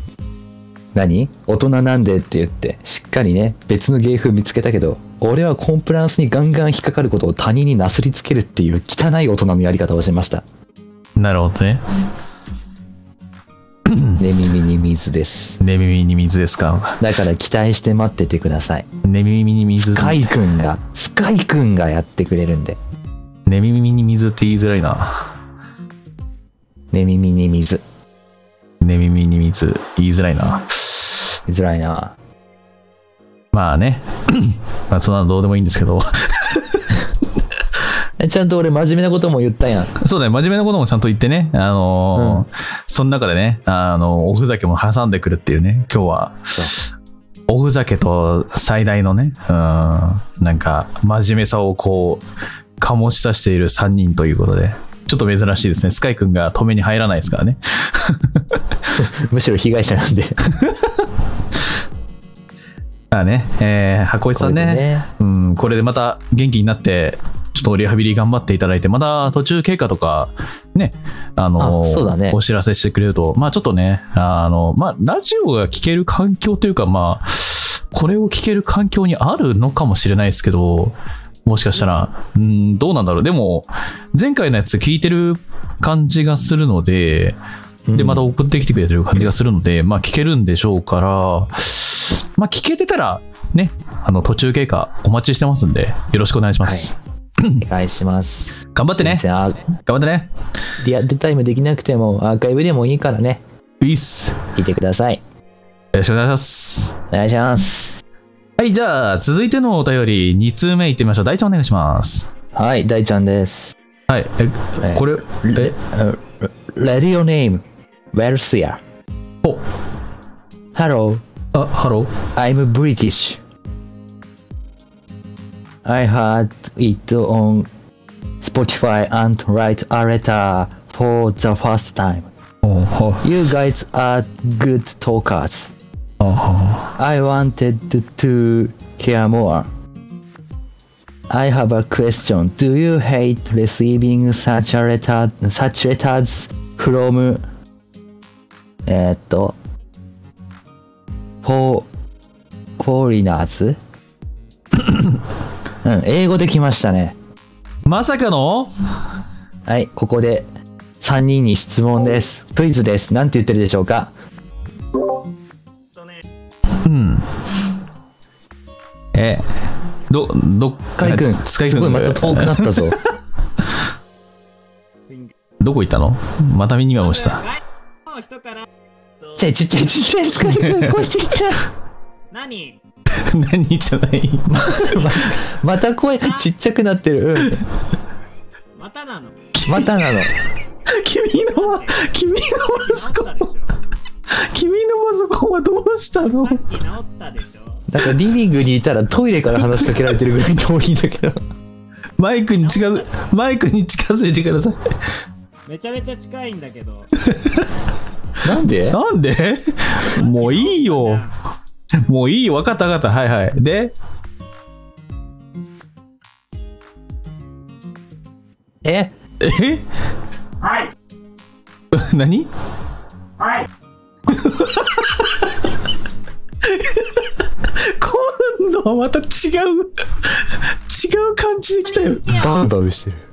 人なんでって言ってしっかりね別の芸風見つけたけど、俺はコンプライアンスにガンガン引っかかることを他人になすりつけるっていう汚い大人のやり方をしました。 なるほどね。 寝耳に水です。 寝耳に水ですか。 だから期待して待っててください。 寝耳に水。スカイくんがやってくれるんで。 寝耳に水って言いづらいな。 寝耳に水。 寝耳に水言いづらいな。 言いづらいな。 まあね。まあそんなのどうでもいいんですけど。 ちゃんと俺真面目なことも言ったやん。 そうだね、真面目なこともちゃんと言ってね。その中でね、おふざけも挟んでくるっていうね、今日は。おふざけと最大のね、なんか真面目さを醸し出している3人ということで、ちょっと珍しいですね。スカイくんが止めに入らないですからね。 むしろ被害者なんで。 まあね、箱石さんね、これでまた元気になって、ちょっとリハビリ頑張っていただいて、また途中経過とか、ね、 そうだね、 お知らせしてくれると、まあちょっとね、まあラジオが聞ける環境というか、まあ、これを聞ける環境にあるのかもしれないですけど、もしかしたら、どうなんだろう。でも、前回のやつ聞いてる感じがするので、で、また送ってきてくれてる感じがするので、まあ聞けるんでしょうから、まあ聞けてたら、ね、途中経過お待ちしてますんで、よろしくお願いします。 はい、お願いします。 頑張ってね。頑張ってね。 リアルタイムできなくても、アーカイブでもいいからね。 いいっす。 聞いてください。 よろしくお願いします。 お願いします。 はい、じゃあ、続いてのお便り、2通目いってみましょう。大ちゃんお願いします。 はい、大ちゃんです。 はい、これ、 Radio name, Welsia. Oh. Hello, Hello? I'm British. I heard it on Spotify and write a letter for the first time. You guys are good talkers. I wanted to hear more. I have a question. Do you hate receiving such letters from foreigners? うん、英語で来ましたね。 まさかの？ はい、ここで3人に質問です。クイズです。なんて言ってるでしょうか？ うん。 スカイ君、すごいまた遠くなったぞ。 どこ行ったの？また見には押した。 ちっちゃいスカイ君、こっち来た。 何じゃない。 また声がちっちゃくなってる。 またなの。 君の息子。君のパソコンはどうしたの？ さっき治ったでしょ。 なんかリビングにいたらトイレから話しかけられてるぐらい遠いんだけど。 マイクに近づいてください。 めちゃめちゃ近いんだけど。 なんで？ もういいよ。わかった。はいはい。で？ はい。 何？ はい。 今度はまた違う感じで来たよ。 バンバンしてる。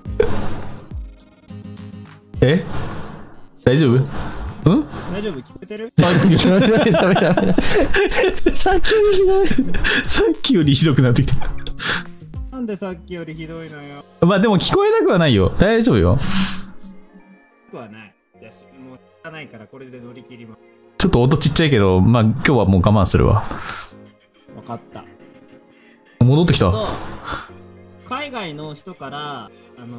大丈夫？ 大丈夫？聞こえてる？ ダメ。さっきよりひどい。 さっきよりひどくなってきた。 なんでさっきよりひどいのよ。 まあでも聞こえなくはないよ。大丈夫よ。 僕はない。もう聞かないからこれで乗り切ります。 ちょっと音ちっちゃいけど、まあ今日はもう我慢するわ。 わかった。 戻ってきた。 海外の人から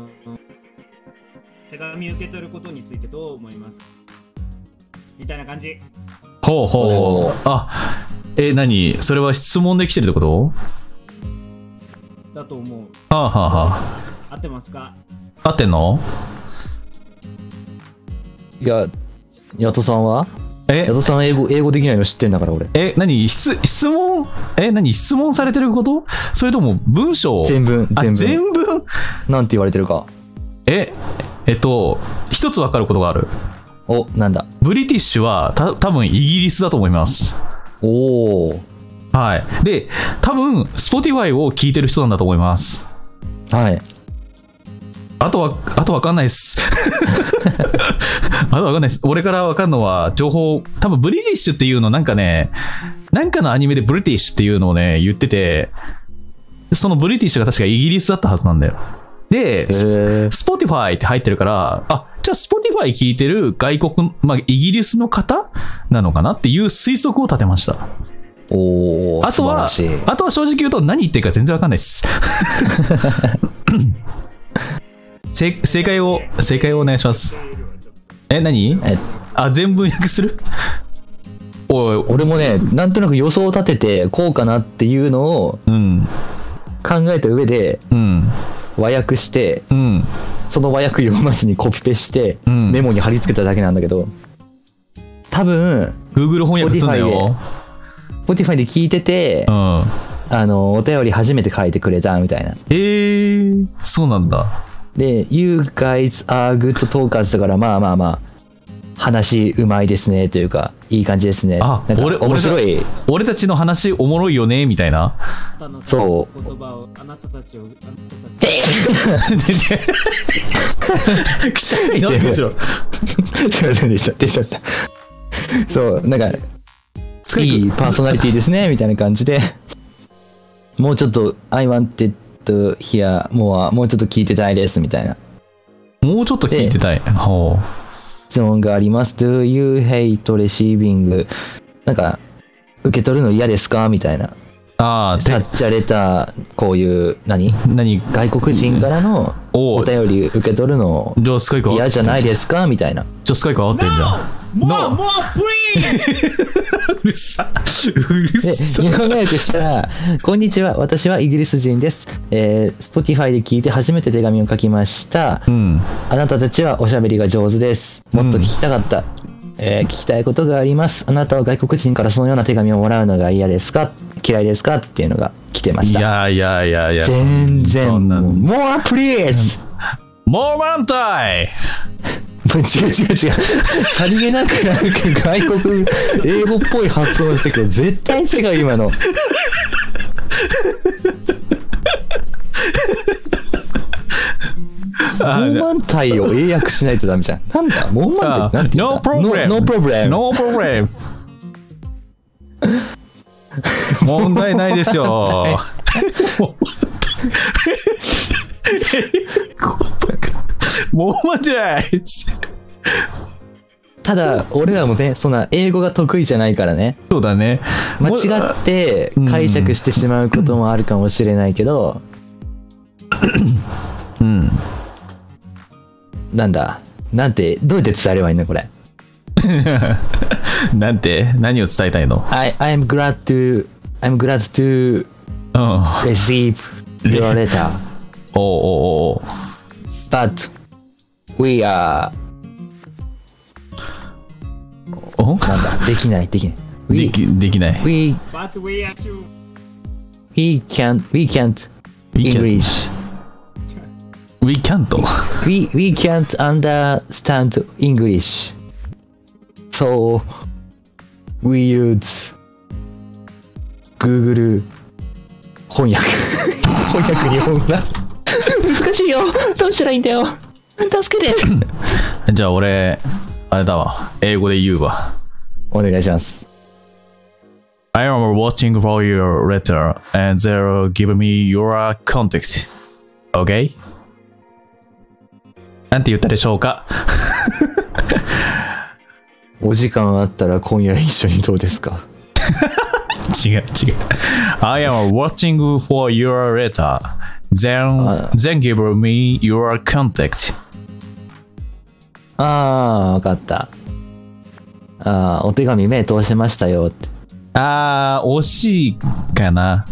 手紙受け取ることについてどう思いますみたいな感じ。 ほう。何？それは質問できてるってこと？ だと思う。 は合ってますか？ 合ってんの？ いや、ヤトさんは？ヤトさん英語できないの知ってんだから俺。 何？質問？質問されてること？それとも文章？ 全文。 全文？ なんて言われてるか。 一つ分かることがある。 お、なんだ？ ブリティッシュは多分イギリスだと思います。 おー。 はい。で、多分 Spotify を聞いてる人なんだと思います。 はい。 あと分かんないっす。俺から分かんのは情報、多分ブリティッシュっていうのなんかのアニメでブリティッシュっていうのをね言ってて、そのブリティッシュが確かイギリスだったはずなんだよ。で、Spotify って入ってるから、じゃあ Spotify 聞いてる外国、イギリスの方なのかなっていう推測を立てました。 おー、 あとは正直言うと何言ってるか全然わかんないです。正解をお願いします。何？全文訳する？ 俺もね、なんとなく予想を立ててこうかなっていうのを考えた上で、和訳して、その和訳用マジにコピペして、メモに貼り付けただけなんだけど、多分 Google 翻訳すんだよ。 Spotify で聞いてて、お便り初めて書いてくれたみたいな。 そうなんだ。 で、You guys are good talkers だから、まあ話うまいですねというか、いい感じですね。面白い。 俺たちの話おもろいよねみたいな。 そう。 言葉をあなたたちをくしゃみになってるでしょ。 すいませんでした。出ちゃった。そう、なんかいいパーソナリティですねみたいな感じで、もうちょっと I wanted to hear more、 もうちょっと聞いてたいですみたいな。 もうちょっと聞いてたい。 質問があります。Do you hate receiving？ なんか受け取るの嫌ですかみたいな。 ああ、 キャッチャーレター、こういう、 何外国人からのお便り受け取るのじゃあスカイ君嫌じゃないですかみたいな。 じゃあスカイ君合ってんじゃん。 もうプリーうるさうるで、 さ日本語訳したら、こんにちは、私はイギリス人です。Spotify で聞いて初めて手紙を書きました。あなたたちはおしゃべりが上手です。もっと聞きたかった。聞きたいことがあります。あなたは外国人からそのような手紙をもらうのが嫌ですか嫌いですかっていうのが来てました。 いや全然More please More mantai 違うさりげなくなんか外国英語っぽい発音したけど絶対違う今のモーマンタイを英訳しないとダメじゃん。なんだモーマンタイなんて言うんだ。 No problem No problem 問題ないですよもう間違いただ俺らもねそんな英語が得意じゃないからね。 そうだね。 間違って解釈してしまうこともあるかもしれないけどなんだなんてどうやって伝えればいいのこれなんて何を伝えたいの？ I'm glad to receive your letter but we are なんだできないできない we can't English We can't we can't understand English so we use Google 翻訳日本語が難しいよどうしたらいいんだよ助けてじゃあ俺あれだわ英語で言うわお願いします。 I am watching for your letter and they'll give me your contact OK? なんて言ったでしょうかお時間あったら今夜一緒にどうですか違う I am watching for your letter then give me your contact わかった。お手紙目通しましたよって。 惜しいかな。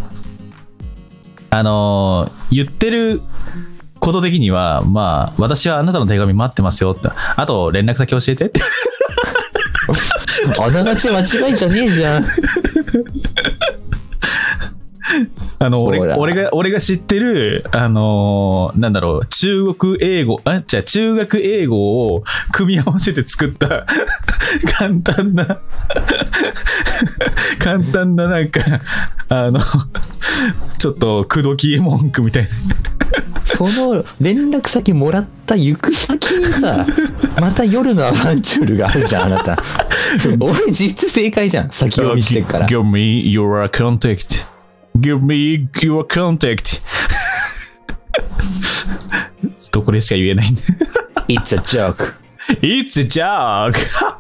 言ってること的にはまあ私はあなたの手紙待ってますよって。あと連絡先教えてってあながち間違いじゃねえじゃん俺が知ってるなんだろう中学英語を組み合わせて作った簡単ななんかちょっと口説き文句みたいなその連絡先もらった行く先にさまた夜のアバンチュールがあるじゃんあなた俺実質正解じゃん先読みしてっから Give me your contact Give me your contact とこれしか言えないんだ It's a joke It's a joke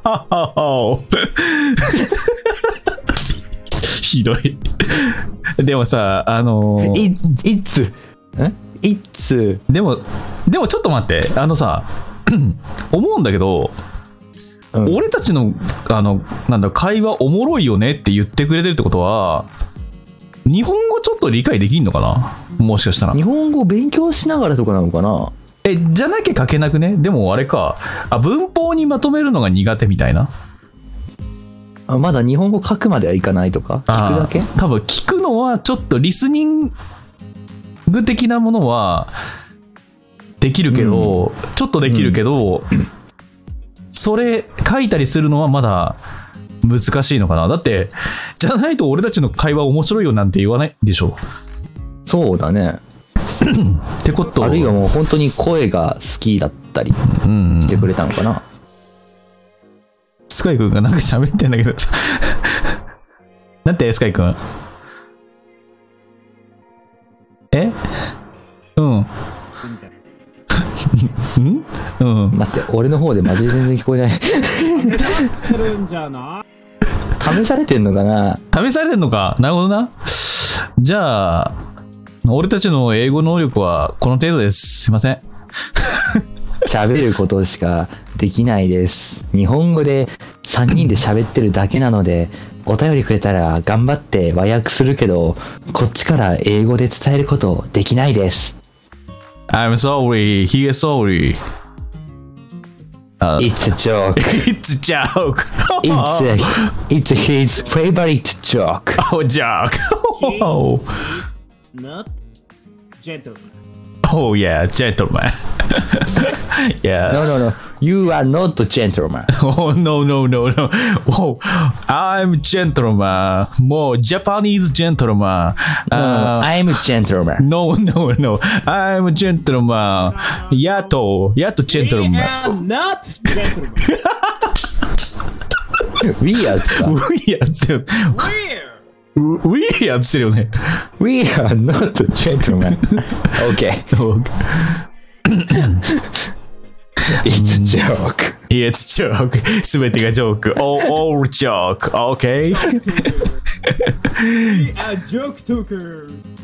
ひどいでもさ It's でもちょっと待ってさ思うんだけど、俺たちのなんだ会話おもろいよねって言ってくれてるってことは日本語ちょっと理解できんのかなもしかしたら日本語勉強しながらとかなのかなじゃなきゃ書けなくねでもあれか文法にまとめるのが苦手みたいなまだ日本語書くまではいかないとか聞くだけ多分聞くのはちょっとリスニング的なものはできるけど、ちょっとできるけど、それ書いたりするのはまだ難しいのかなだってじゃないと俺たちの会話面白いよなんて言わないでしょそうだねってことあるいはもう本当に声が好きだったりしてくれたのかな、 スカイ君がなんか喋ってんだけどなんてスカイ君待って俺の方でマジで全然聞こえないるんじゃな試されてんのかな試されてんのかなるほどなじゃあ、俺たちの英語能力はこの程度です。すいません。 喋ることしかできないです。日本語で3人で喋ってるだけなので、お便りくれたら頑張って和訳するけど、こっちから英語で伝えることできないです。 I'm sorry, he is sorry. It's a joke. It's a joke. It's his favorite joke. Oh, joke. Oh, Not gentleman. oh yeah, gentleman. Yes. No. You are not a gentleman. Oh, no. Oh, I'm gentleman. More Japanese gentleman. I'm a gentleman. No. I'm a gentleman. Yato We gentleman. are not gentlemen. We are ウィーやってるよね。 We are not a gentleman. Okay. It's a joke. It's joke. すべてがジョーク。All joke. Okay. We are joke talker.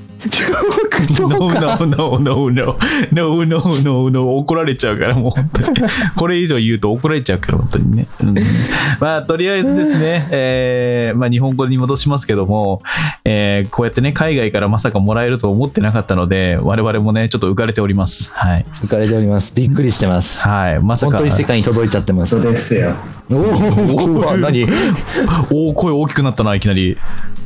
No. 怒られちゃうからもう本当に。これ以上言うと怒られちゃうから本当にね。まあとりあえずですね、まあ日本語に戻しますけども、こうやってね海外からまさかもらえると思ってなかったので、我々もねちょっと浮かれております。はい。 浮かれております。びっくりしてます。 はい。まさか本当に世界に届いちゃってます。 そうですよ。 お何？ 声大きくなったな、いきなり。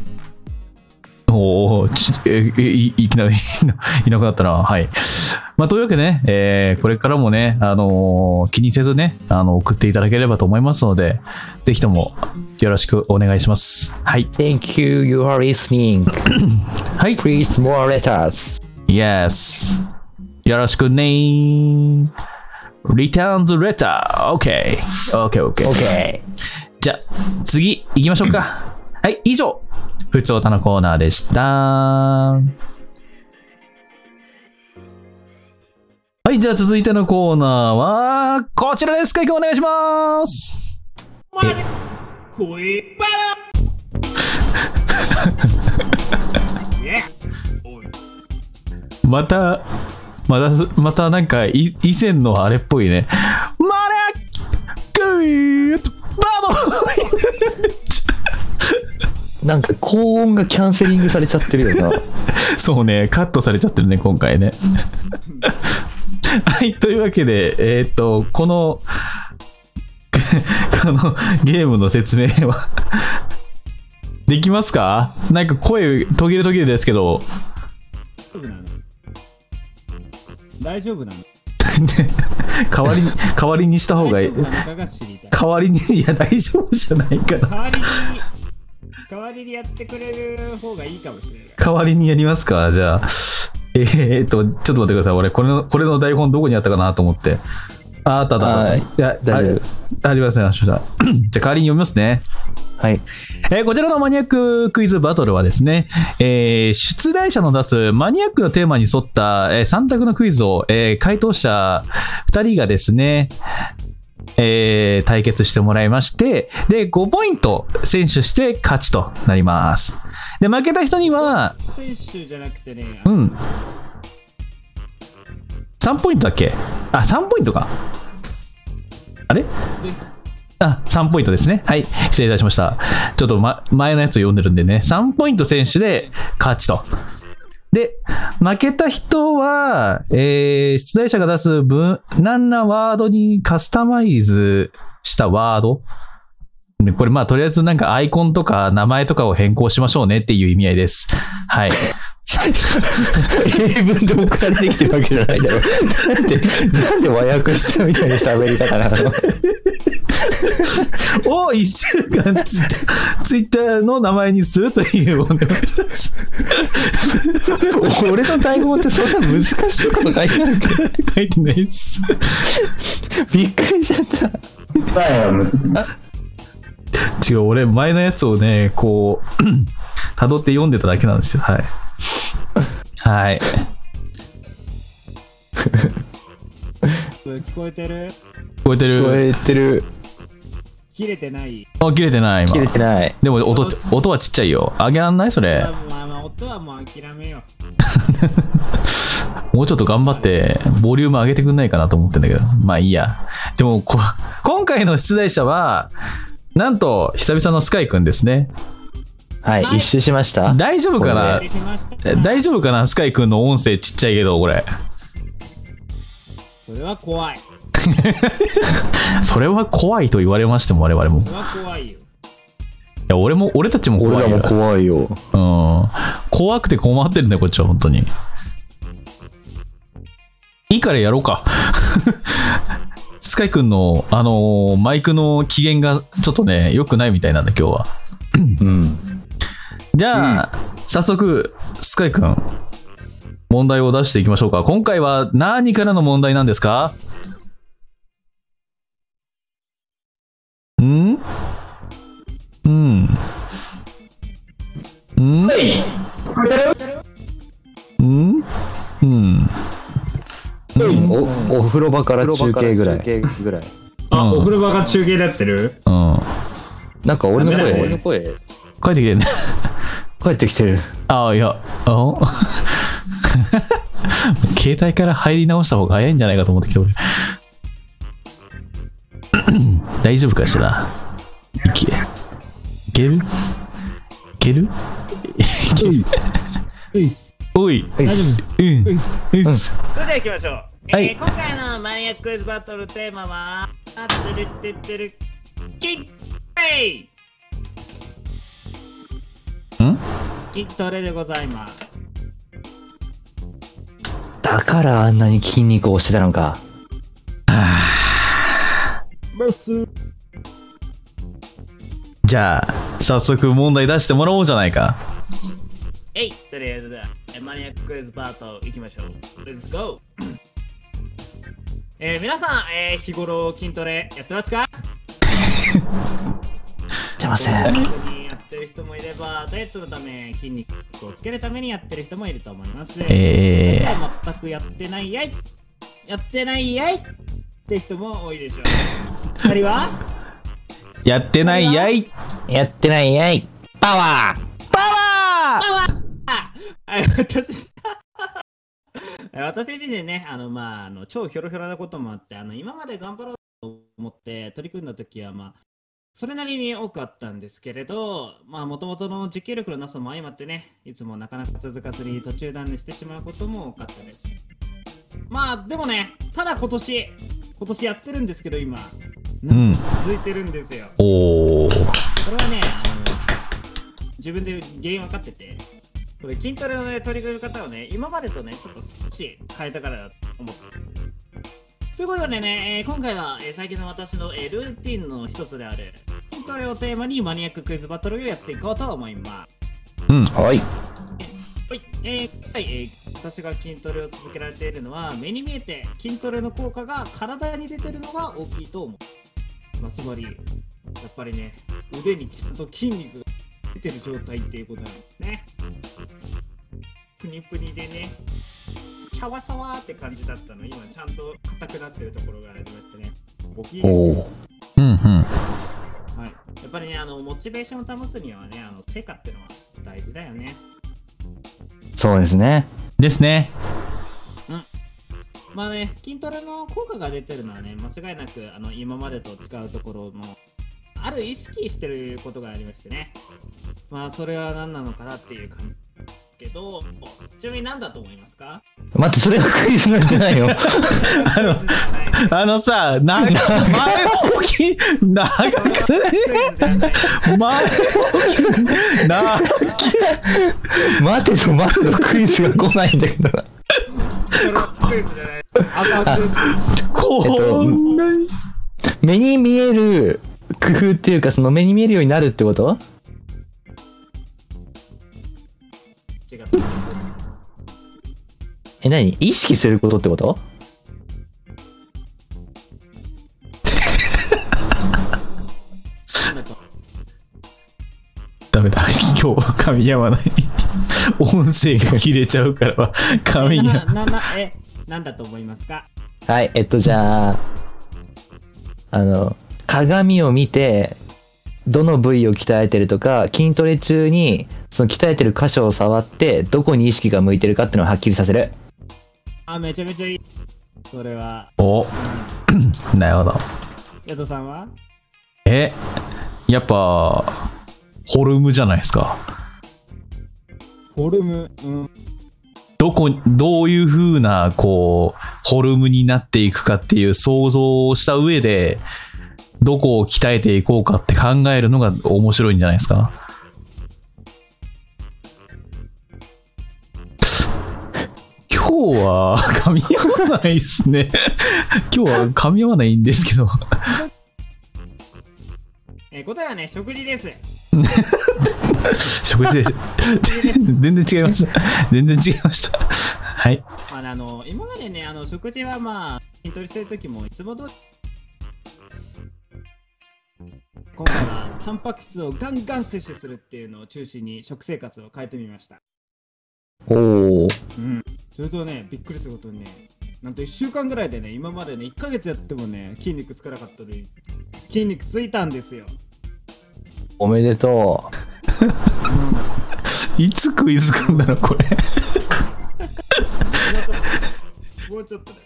いきなりいなくなったな。はい。まあ、というわけでね、これからもね、気にせずね、送っていただければと思いますので、ぜひともよろしくお願いします。はい。 Thank you, you are listening. はい。 Please more letters. Yes. よろしくねー。Return the letter. Okay. じゃあ、次行きましょうか。はい、以上。ふつおたのコーナーでした。はい、じゃあ続いてのコーナーは、こちらです。かいくんお願いします。 声バラまたなんか以前のあれっぽいね。マレクイッバドなんか高音がキャンセリングされちゃってるよな。 そうね、カットされちゃってるね、今回ね。はい、というわけで、このゲームの説明はできますか？なんか声途切れですけど。 大丈夫なの？ 代わりにした方がいい。代わりに、いや、大丈夫じゃないから。 代わりにやってくれる方がいいかもしれない。 代わりにやりますか？じゃあ。ちょっと待ってください。俺、これの台本どこにあったかなと思って。あった。いや、大丈夫。ありません、じゃあ、代わりに読みますね。 はい。 こちらのマニアッククイズバトルはですね、出題者の出すマニアックなテーマに沿った、3択のクイズを、回答者2人がですね、対決してもらいまして、で、5ポイント選手して勝ちとなります。で、負けた人には、 選手じゃなくてね、 うん。3ポイントだっけ？あ、3ポイントか。あれ？あ、3ポイントですね。はい。失礼いたしました。ちょっと、前のやつを読んでるんでね。3ポイント選手で勝ちと。で、負けた人は、出題者が出す無難なワードにカスタマイズしたワード。で、これとりあえずなんかアイコンとか名前とかを変更しましょうねっていう意味合いです。はい。 英文で送られてきてるわけじゃないだろ。なんで和訳したみたいな喋り方なの？ を1週間ツイッターの名前にするというものです。 俺の台本ってそんな難しいこと書いてあるけど。 書いてないです。 びっくりしちゃった。 違う、俺前のやつをね、こう辿って読んでただけなんですよ。はい。はい。 聞こえてる？ 聞こえてる。 切れてない。 あ、切れてない今。 切れてない。 でも音はちっちゃいよ。上げらんないそれ。 音人はもう諦めよう。もうちょっと頑張ってボリューム上げてくんないかなと思ってんだけど、まあいいや。でも今回の出題者はなんと久々のスカイくんですね。 はい、一周しました。 大丈夫かな？大丈夫かな？スカイくんの音声ちっちゃいけどこれ。 それは怖い。 それは怖いと言われましても我々も。 それは怖いよ。いや俺たちも怖いよ。 俺らも怖いよ。うん。 怖くて困ってるんだよこっちは本当に。いいからやろうか。スカイくんのマイクの機嫌がちょっとね良くないみたいなんだ今日は。うん。じゃあ、早速スカイくん問題を出していきましょうか。今回は何からの問題なんですか？ お風呂場から中継ぐらい。 あ、お風呂場が中継でやってる？ うん。 なんか俺の声帰ってきてるね。 帰ってきてる。 あ、いや、携帯から入り直した方が早いんじゃないかと思ってきて俺。大丈夫かしら？いける？おい。 大丈夫。それでは行きましょう。 はい。 今回のマニアッククイズバトルテーマは筋トレでございます。 だからあんなに筋肉をしてたのか。 じゃあ早速問題出してもらおうじゃないか。 とりあえずマニアッククイズバトル行きましょう。レッツゴー。皆さん、日頃筋トレやってますか？ してません。 やってる人もいれば、ダイエットのため筋肉をつけるためにやってる人もいると思います。全くやってないやいって人も多いでしょう。2人はやってないやいパワー私自身ね、超ヒョロヒョロなこともあって、今まで頑張ろうと思って取り組んだ時は、それなりに多かったんですけれど、もともとの持久力のなさも相まってね、いつもなかなか続かずに途中断念してしまうことも多かったです。でもね、ただ今年やってるんですけど、今、なんと続いてるんですよ。これはね、自分で原因分かってて、これ筋トレのね、取り組み方をね、今までとね、ちょっと少し変えたからだと思って。ということでね、今回は、最近の私の、ルーティンの一つである筋トレをテーマにマニアッククイズバトルをやっていこうと思います。 はい。 私が筋トレを続けられているのは、目に見えて筋トレの効果が体に出てるのが大きいと思う。つまり、やっぱりね、腕にちゃんと筋肉が出てる状態っていうことなんですね。プニプニでね、シャワサワーって感じだったの、今ちゃんと硬くなってるところがありましてね。大きい。はい。やっぱりね、モチベーションを保つにはね、成果っていうのは大事だよね。 そうですね。 ですね。 筋トレの効果が出てるのはね、間違いなく今までと違うところのある意識してることがありましてね。それは何なのかなっていう感じですけど、ちなみに何だと思いますか？ 待って、それがクイズなんじゃないの？ さ、前置き長くね。 待てとクイズが来ないんだけど。 クイズじゃない。 こんなに目に見える工夫っていうか、その目に見えるようになるってこと？ 違った。 何？意識することってこと？ ダメだ、今日噛み合わない。音声が切れちゃうからは噛み合わない。 何だと思いますか？ はい、じゃあ鏡を見てどの部位を鍛えてるとか、筋トレ中にその鍛えてる箇所を触ってどこに意識が向いてるかっていうのをはっきりさせる。 めちゃめちゃいい。それは。 おなるほど。 ヤトさんは？ やっぱフォルムじゃないですか。 フォルム、 どういう風なこうフォルムになっていくかっていう想像をした上で、どこを鍛えていこうかって考えるのが面白いんじゃないですか。今日は噛み合わないですね。今日は噛み合わないんですけど。 答えはね、食事です。 食事です。全然違いました。全然違いました。はい。 今までね、食事は筋トレしてる時もいつも通り。今回はタンパク質をガンガン摂取するっていうのを中心に食生活を変えてみました。それとね、びっくりすることにね、なんと1週間ぐらいでね、今までね、1ヶ月やってもね、筋肉つかなかったのに、筋肉ついたんですよ。 おめでとう。いつ食いつくんだろう、これ。 もうちょっとだから。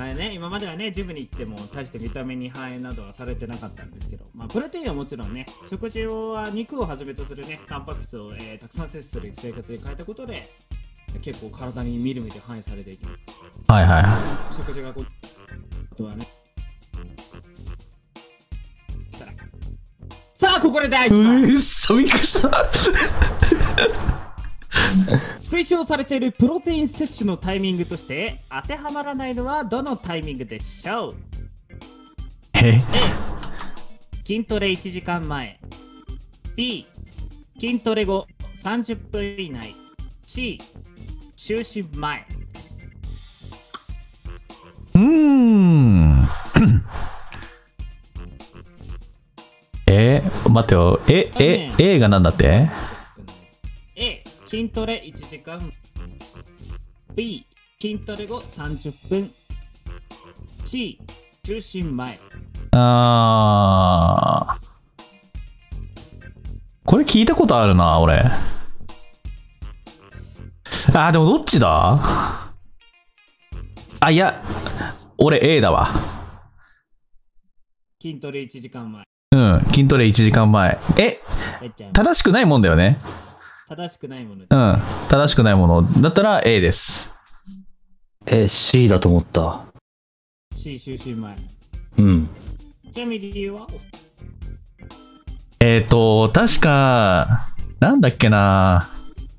今まではね、ジムに行っても大して見た目に反映などはされてなかったんですけど、プロテインはもちろんね、食事は肉をはじめとするね、タンパク質を、たくさん摂取する生活に変えたことで、結構体にみるみる反映されていきます。 はいはい。 食事がこう、あとはね。さあ、ここで第1問。 びっくりした。 推奨されているプロテイン摂取のタイミングとして当てはまらないのはどのタイミングでしょう？ A、筋トレ1時間前。 B、筋トレ後30分以内。 C、就寝前。 待ってよ。A がなんだって？ A、筋トレ1時間。B、筋トレ後30分。C、就寝前。 これ聞いたことあるな、俺。でもどっちだ？いや、俺 A だわ。 筋トレ1時間前。 筋トレ1時間前。正しくないもんだよね。 正しくないもの。 正しくないものだったら A です。 C だと思った。 C、就寝前。ちなみに理由は？ 確か、なんだったっけな。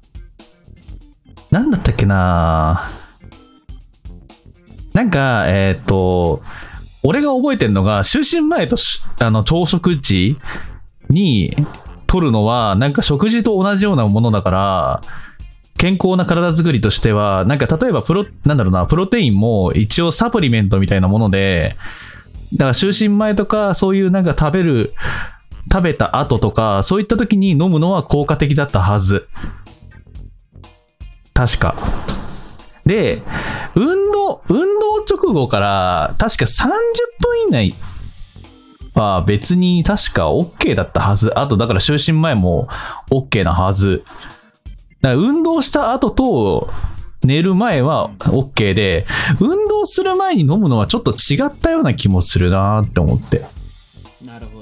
なんか、俺が覚えてるのが、就寝前と朝食時に取るのは、なんか食事と同じようなものだから、健康な体作りとしては、なんか例えばプロテインも一応サプリメントみたいなもので、だから就寝前とか、そういうなんか食べた後とか、そういった時に飲むのは効果的だったはず。確か。で、運動直後から確か30分以内は別に確か OK だったはず。あとだから就寝前も OK なはず。だから運動した後と寝る前は OK で、運動する前に飲むのはちょっと違ったような気もするなって思って。 なるほど。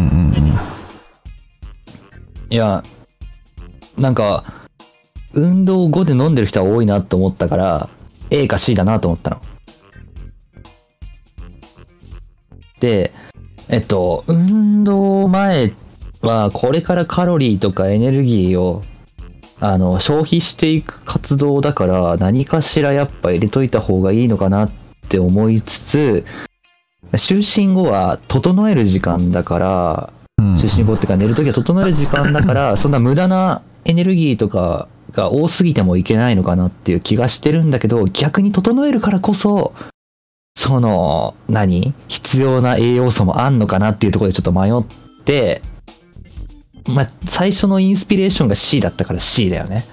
いや、なんか運動後で飲んでる人は多いなと思ったから A か C だなと思ったの。で、運動前はこれからカロリーとかエネルギーを消費していく活動だから、何かしらやっぱ入れといた方がいいのかなって思いつつ、就寝後は整える時間だから、就寝後ってか寝るときは整える時間だからそんな無駄なエネルギーとかが多すぎてもいけないのかなっていう気がしてるんだけど、逆に整えるからこそ必要な栄養素もあんのかなっていうところでちょっと迷って、最初のインスピレーションが C だったから C だよね。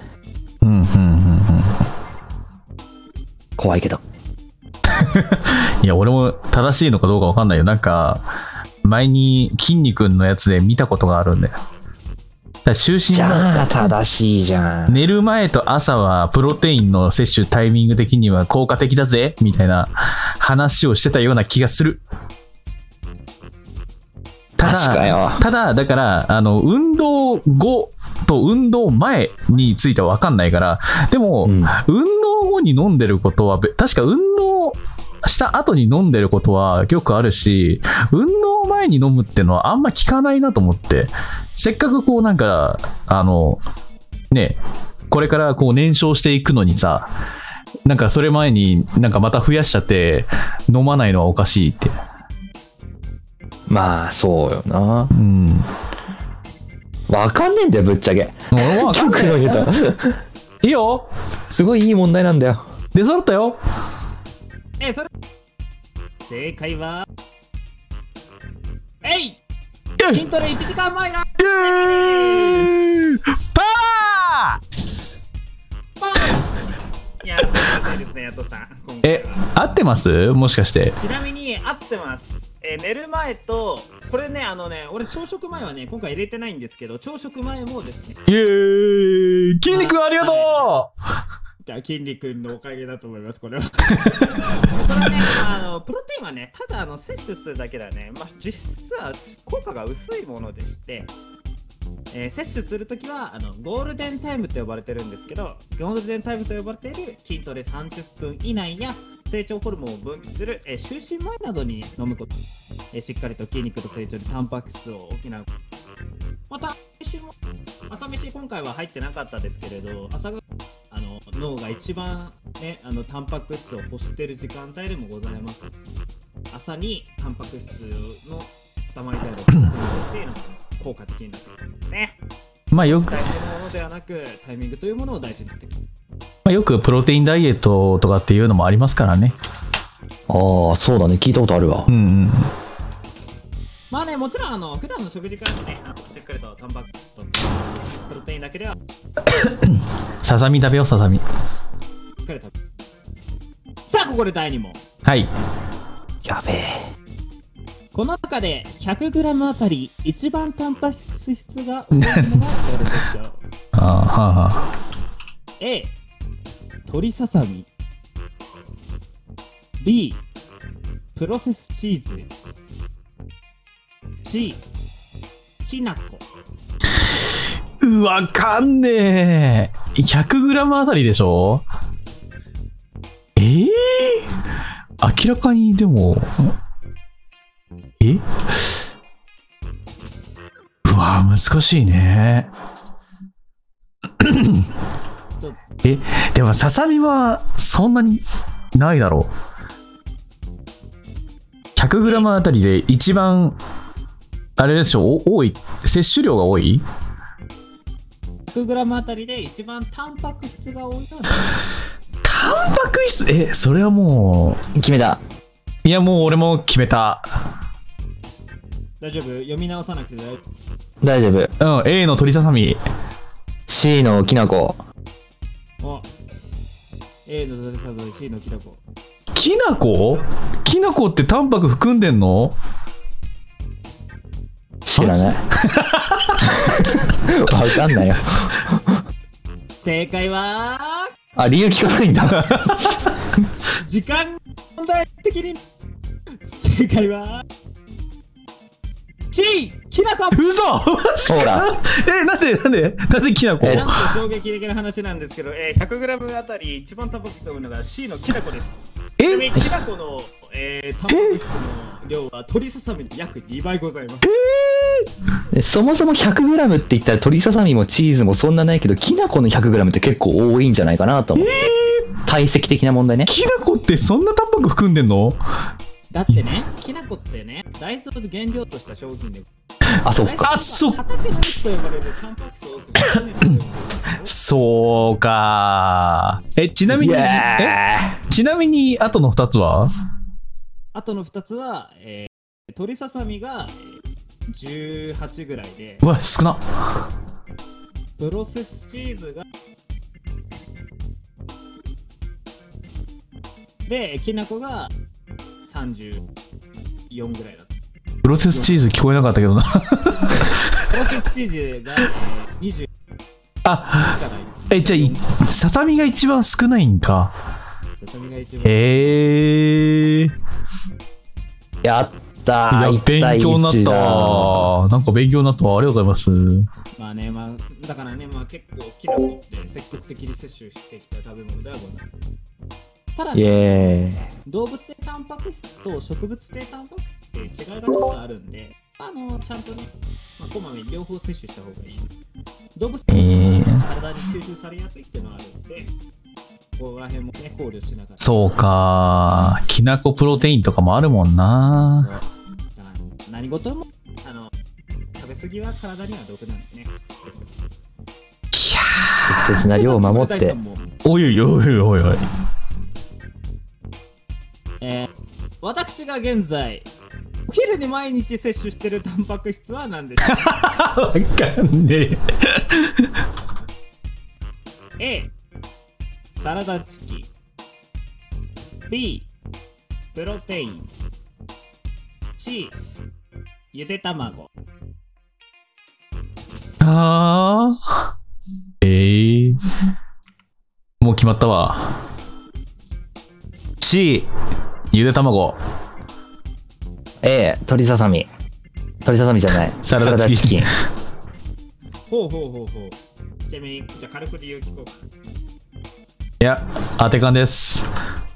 怖いけど。 いや、俺も正しいのかどうかわかんないよ。なんか、 前に筋肉のやつで見たことがあるんだよ。就寝じゃあ正しいじゃん。 寝る前と朝はプロテインの摂取タイミング的には効果的だぜみたいな話をしてたような気がする。ただだから運動後と運動前については分かんないから、でも、運動後に飲んでることは確か運動した後に飲んでることはよくあるし、運動前に飲むってのはあんま効かないなと思って、せっかくこうなんかね、これからこう燃焼していくのにさ、なんかそれ前になんかまた増やしちゃって飲まないのはおかしいって。 まあそうよな。 うん。 わかんねえんだよぶっちゃけ。 わかんない。いいよ。 すごいいい問題なんだよ。 出揃ったよ。 それ正解は筋トレ1時間前がパワー。 いや、素晴らしいですね、ヤトさん。 合ってます？もしかして。 ちなみに合ってます。寝る前と、これね、俺朝食前はね、今回入れてないんですけど、朝食前もですね。 イエーイ、筋肉ありがとう。 じゃあ、筋肉のおかげだと思います、これは。これはね、プロテインはね、ただ摂取するだけではね、実質は効果が薄いものでして、摂取するときはゴールデンタイムと呼ばれてるんですけど、ゴールデンタイムと呼ばれている筋トレ30分以内や成長ホルモンを分泌する、就寝前などに飲むこと、しっかりと筋肉の成長にタンパク質を補う。また朝飯今回は入ってなかったですけれど、朝が脳が一番ねタンパク質を欲している時間帯でもございます。朝にタンパク質のたまりたいのを取るっていうのが効果的になってくるんですね。 よく大事なものではなくタイミングというものを大事になってくる。よくプロテインダイエットとかっていうのもありますからね。 ああ、そうだね、聞いたことあるわ。 もちろん普段の食事からもね、しっかりとタンパク質とプロテインだけではささみ食べよう、ささみ。しっかり食べ。さあ、ここで第2問。 はい。やべえ。 この中で 100g あたり一番タンパク質が多いのはどれでしょう？A、鶏ささみ。 B、プロセスチーズ。 C、きなこ。 わかんねえ。 100g あたりでしょ。明らかにでもうわ難しいね。でもささみはそんなにないだろう。 100g あたりで一番あれでしょ、多い、摂取量が多い 100g あたりで一番タンパク質が多いのはタンパク質、それはもう決めた。 いやもう俺も決めた。 大丈夫？読み直さなくて大丈夫。 A の鶏ささみ。 C のきなこ。 A の鶏ささみ、C のきなこ。 きなこ？きなこってタンパク含んでんの？ 知らない。わかんないよ。 正解は理由聞かないんだ。 時間問題的に正解は C、きなこ。 嘘。 ほら。 なんできなこ？ なんと衝撃的な話なんですけど、100g あたり一番タンパク質が多いのが C のきなこです。きなこの、タンパク質の量は鶏ささみの約2倍ございます。 そもそも 100g って言ったら鶏ささみもチーズもそんなないけど、きなこの 100g って結構多いんじゃないかなと思って。体積的な問題ね。 きなこってそんなタンパク含んでんの？ だってね、きなこってね、大豆を原料とした商品で、 そっか。 畑の肉と呼ばれるタンパク質を多く含んでる。 そうか。ちなみにあとの2つは？ あとの2つは、鶏ささみが18ぐらいで、 うわ少な。 プロセスチーズがで、きなこが34ぐらいだった。 プロセスチーズ聞こえなかったけどな。 プロセスチーズが20。 あ、じゃあ、ささみが一番少ないんか。 ささみが一番。 やったー。 いや、勉強になったわ。なんか勉強になったわ。ありがとうございます。 まあね、まあ、だからね、まあ結構キノコって積極的に摂取してきた食べ物ではございます。ただ、ね、動物性タンパク質と植物性タンパク質って違いがちょっとあるんで、ちゃんとね、まあ、こまめに両方摂取した方がいい。動物性体に吸収されやすいっていうのがあるんで、ここら辺もね、考慮しながら。 そうか、きなこプロテインとかもあるもんな。 何事も食べ過ぎは体には毒なんでね。いやー、適切な量を守って。 おいおいおいおいおい。 私が現在お昼に毎日摂取してるタンパク質は何でしょう？ わかんねえ。A、サラダチキン。B、プロテイン。C、ゆで卵。 もう決まったわ。C、ゆで卵。 A、鶏ささみ。鶏ささみじゃない。 サラダチキン。 ほう。ちなみに、じゃあ軽く理由聞こうか。 いや、当て勘です。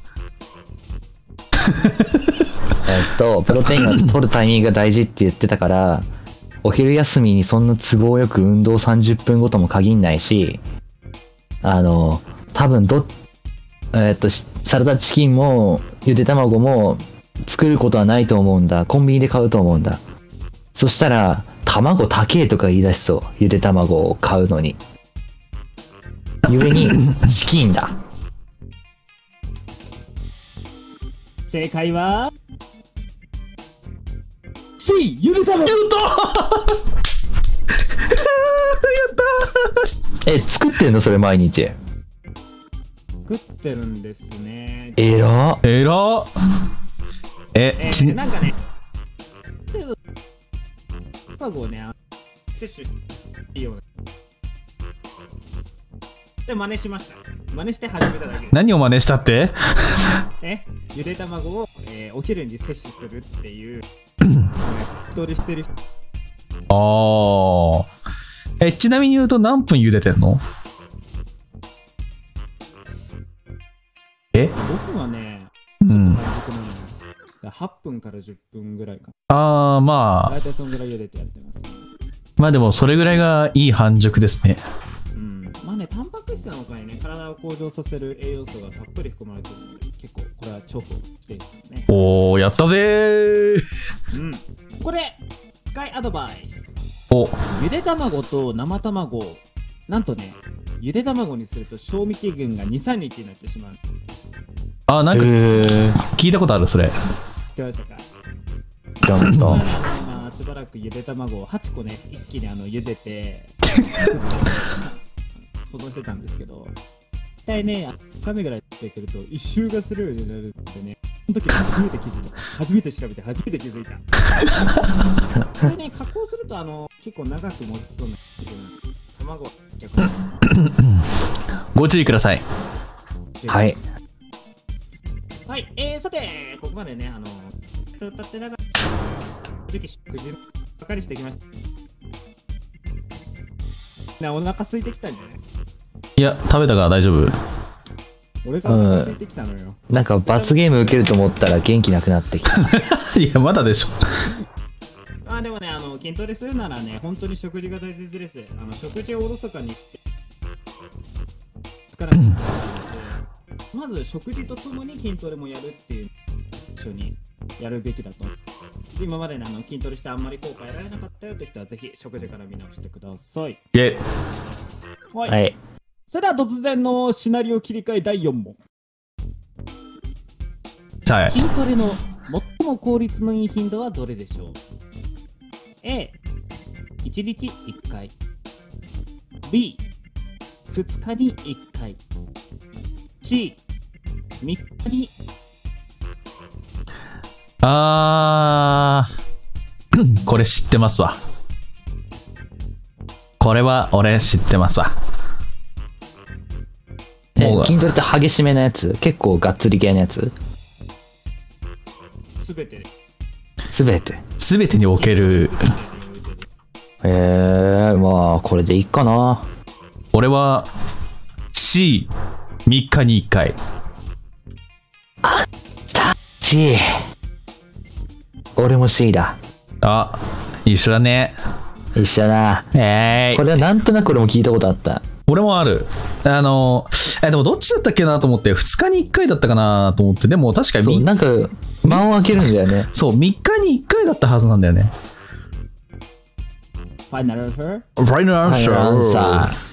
プロテインを取るタイミングが大事って言ってたから、お昼休みにそんな都合よく運動30分ごとも限んないし、多分サラダチキンもゆで卵も作ることはないと思うんだ。コンビニで買うと思うんだ。そしたら、卵高えとか言い出しそう。ゆで卵を買うのに。ゆえに、チキンだ。 正解は C、ゆで卵。やった作ってんのそれ毎日。 作ってるんですね。 えらなんかね、卵をね、摂取していいような。で、真似しました。真似して始めただけです。 何を真似したって？ ゆで卵を、お昼に摂取するっていう、一人してる人。 ちなみに言うと何分茹でてんの？ 僕はね、ちょっと半熟なのよ。8分から10分ぐらいかな。 まあ。 大体そんぐらい茹でてやってます、ね。 まあでもそれぐらいがいい半熟ですね。 まあね、タンパク質の他にね、体を向上させる栄養素がたっぷり含まれているので、結構これは重宝していますね。 やったぜー。 ここで、深いアドバイス。ゆで卵と生卵を、なんとね、ゆで卵にすると賞味期限が2、3日になってしまう。 なんか、聞いたことある、それ。 知ってましたか？しばらくゆで卵を8個ね、一気に茹でて、保存してたんですけど、大体ね、2日目ぐらいってくると、一周がするようになるんでね、その時初めて気づいた。初めて調べて初めて気づいた。それね、加工すると結構長く持ちそうなんですけど、卵は逆に。 ご注意ください。 はい。 はい、さて、ここまでね、歌ってながら、正直食事ばかりしてきました。お腹空いてきたんじゃない？ いや、食べたから大丈夫。 俺がお腹空いてきたのよ。 なんか罰ゲーム受けると思ったら元気なくなってきた。 いや、まだでしょ。 でもね、筋トレするならね、本当に食事が大切です。食事をおろそかにして、疲れてしまうので、まず食事とともに筋トレもやるっていう、一緒にやるべきだと。今までね、筋トレしてあんまり効果得られなかったよって人は、ぜひ食事から見直してください。 はい。 それでは突然のシナリオ切り替え第4問。筋トレの最も効率のいい頻度はどれでしょう？ A、1日1回。B、2日に1回。C、3日に。 これ知ってますわ。これは俺知ってますわ。 筋トレって激しめなやつ？結構がっつり系のやつ？ すべてにおける。 まあこれでいいかな。 俺は C、 3日に1回。 C。俺も C だ。 あ、一緒だね。 一緒だ。これはなんとなく俺も聞いたことあった。 俺もある。でもどっちだったっけなと思って、2日に1回だったかなと思って、でも確かになんか間を空けるんだよね。 そう、3日に1回だったはずなんだよね。 ファイナルアンサー。 ファイナルアンサー。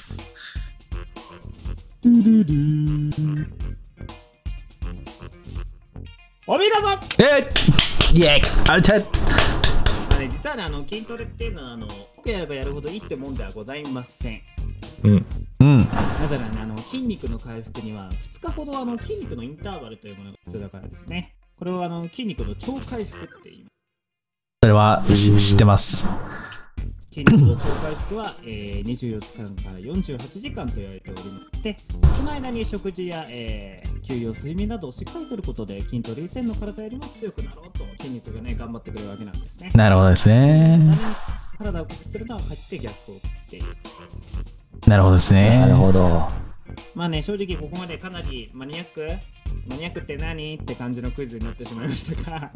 お見事。 イエーイ。 あれて。 実はね、筋トレっていうのは多くやればやるほどいいってもんではございません。 うん。 なぜならね、筋肉の回復には2日ほど筋肉のインターバルというものが必要だからですね。これを筋肉の超回復って言います。 それは知ってます。 筋肉の超回復は、24時間から48時間と言われておりまして、その間に食事や、休養、睡眠などをしっかりとることで筋トレ以前の体よりも強くなろうと筋肉がね頑張ってくれるわけなんですね。 なるほどですね。 体を酷使するのはかつて逆をっていう。 なるほどですね。 なるほど。 まあね、正直ここまでかなりマニアックって何って感じのクイズになってしまいましたが、はい、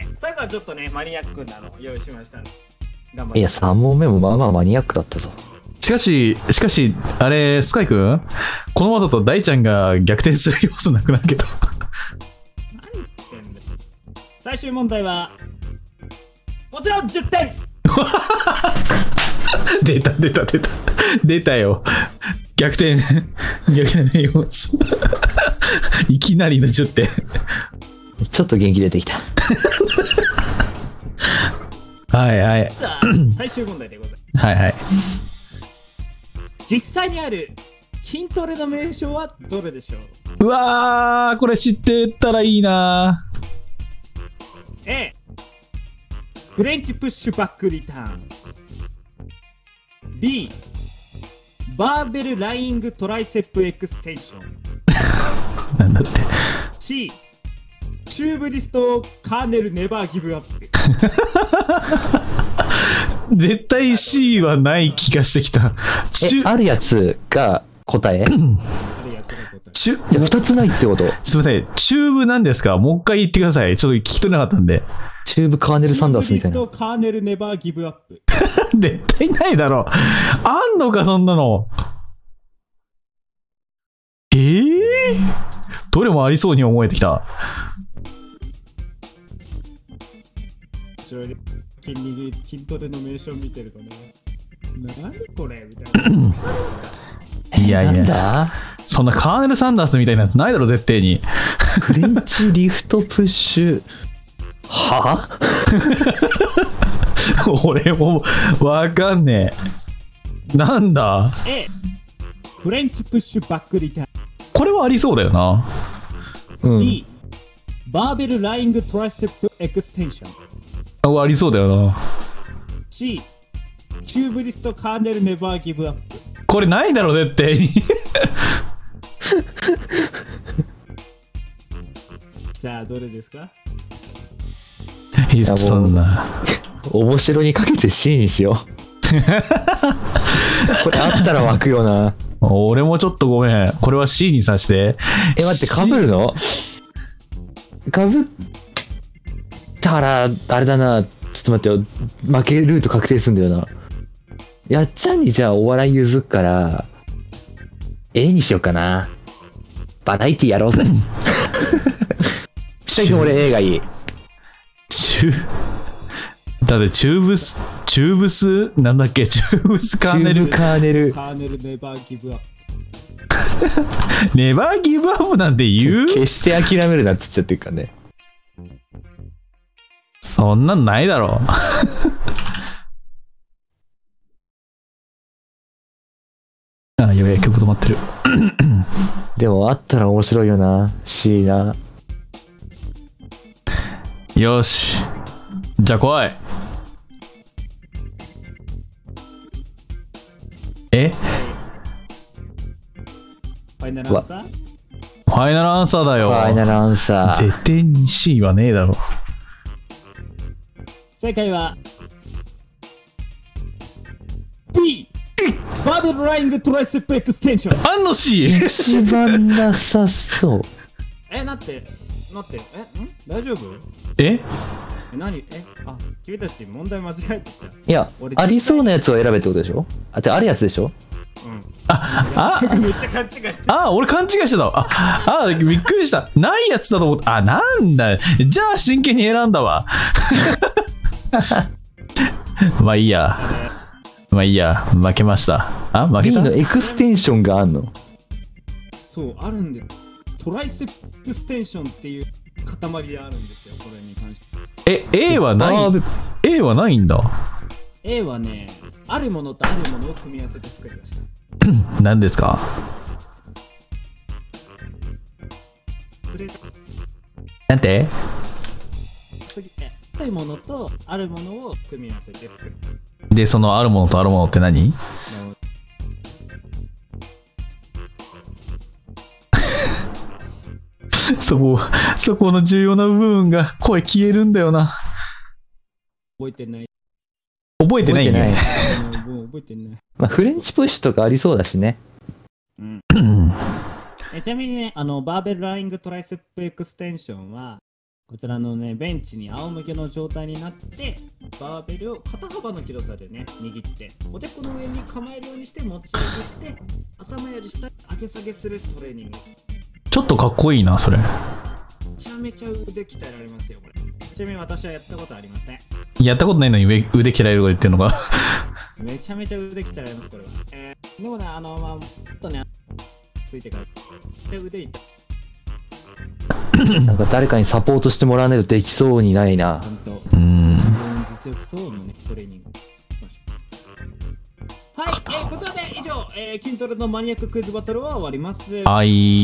最後はちょっとねマニアックなのを用意しましたので、頑張って。 いや、3問目もまあまあマニアックだったぞ。 しかしあれ、スカイ君、このままだと大ちゃんが逆転する要素なくなるけど。 何言ってんだよ。最終問題はもちろん10点。 出たよ。逆転要素。いきなりの10点。 ちょっと元気出てきた。 はい。 最終問題でございます。 はい。 実際にある筋トレの名称はどれでしょう？ うわー、これ知ってたらいいな。 A、フレンチプッシュバックリターン。 B、バーベルライングトライセップエクステンション。 なんだって。 C、チューブリストカーネルネバーギブアップ。 絶対 C はない気がしてきた。 あるやつが答え？じゃあ2つないってこと？ すいません、チューブなんですか？もう一回言ってください。ちょっと聞き取れなかったんで。 チューブカーネルサンダースみたいな。 チューブリストカーネルネバーギブアップ。 絶対ないだろ。あんのかそんなの。どれもありそうに思えてきた。 筋トレの名称見てるとね、何これみたいな。 いやなんだ？ そんなカーネル・サンダースみたいなやつないだろ絶対に。 フレンチリフトプッシュは俺もわかんねえ。なんだ？ A、フレンチプッシュバックリターン。 これはありそうだよな。 B、バーベルライングトライセップエクステンション。 ありそうだよな。 C、チューブリストカーネルネバーギブアップ。 これないだろ絶対に。 さあどれですか？ いやそんな面白にかけて C にしよう。これあったら湧くよな。 俺もちょっとごめん、これは C にさして。 待って、かぶるの？かぶったらあれだな。ちょっと待ってよ、負けルート確定すんだよな。やっちゃんにじゃあお笑い譲っから A にしようかな。バラエティやろうぜ。最近俺 A がいい。 だってチューブスなんだっけ？チューブスカーネルカーネルネバーギブアップ。 ネバーギブアップなんて言う？ 決して諦めるなって言っちゃってるからね。 そんなんないだろ。あ、ようやく止まってる。 でもあったら面白いよな。 C な。 よし、 じゃあ来い。え？ ファイナルアンサー？ ファイナルアンサーだよ。 ファイナルアンサー。 絶対に C はねえだろ。 正解は B! バーベルライングトライスペックステンション。 あんの C？ 一番なさそう。 なって、大丈夫？何？君たち問題間違えてた。 いや、ありそうなやつを選べってことでしょ？あるやつでしょ？ めっちゃ勘違いして。 俺勘違いしてた。びっくりした。ないやつだと思った。なんだ。じゃあ真剣に選んだわ。まあいいや。負けました。負けた？ B のエクステンションがあんの？ そう、あるんで。トライセプステンションっていう塊であるんですよ、これに関して。 A はない？ A はないんだ。 A はね、あるものとあるものを組み合わせて作りました。 何ですか？なんて？ あるものとあるものを組み合わせて作る。 で、そのあるものとあるものって何？そこの重要な部分が声消えるんだよな。 覚えてない。 覚えてない。 まあ、フレンチプッシュとかありそうだしね。 ちなみにね、バーベルライングトライセップエクステンションは、こちらのね、ベンチに仰向けの状態になって、バーベルを肩幅の広さでね、握って、おでこの上に構えるようにして持ち上げて、頭より下に上げ下げするトレーニング。 ちょっとかっこいいな、それ。 めちゃめちゃ腕鍛えられますよ、これ。ちなみに私はやったことありません。 やったことないのに腕鍛えられるとか言ってるのが。 めちゃめちゃ腕鍛えられます、これは。でもね、もっとね、ついてから、腕痛い。 なんか誰かにサポートしてもらわないとできそうにないな。 実力層のね、トレーニング。はい、こちらで以上、筋トレのマニアッククイズバトルは終わります。 はい。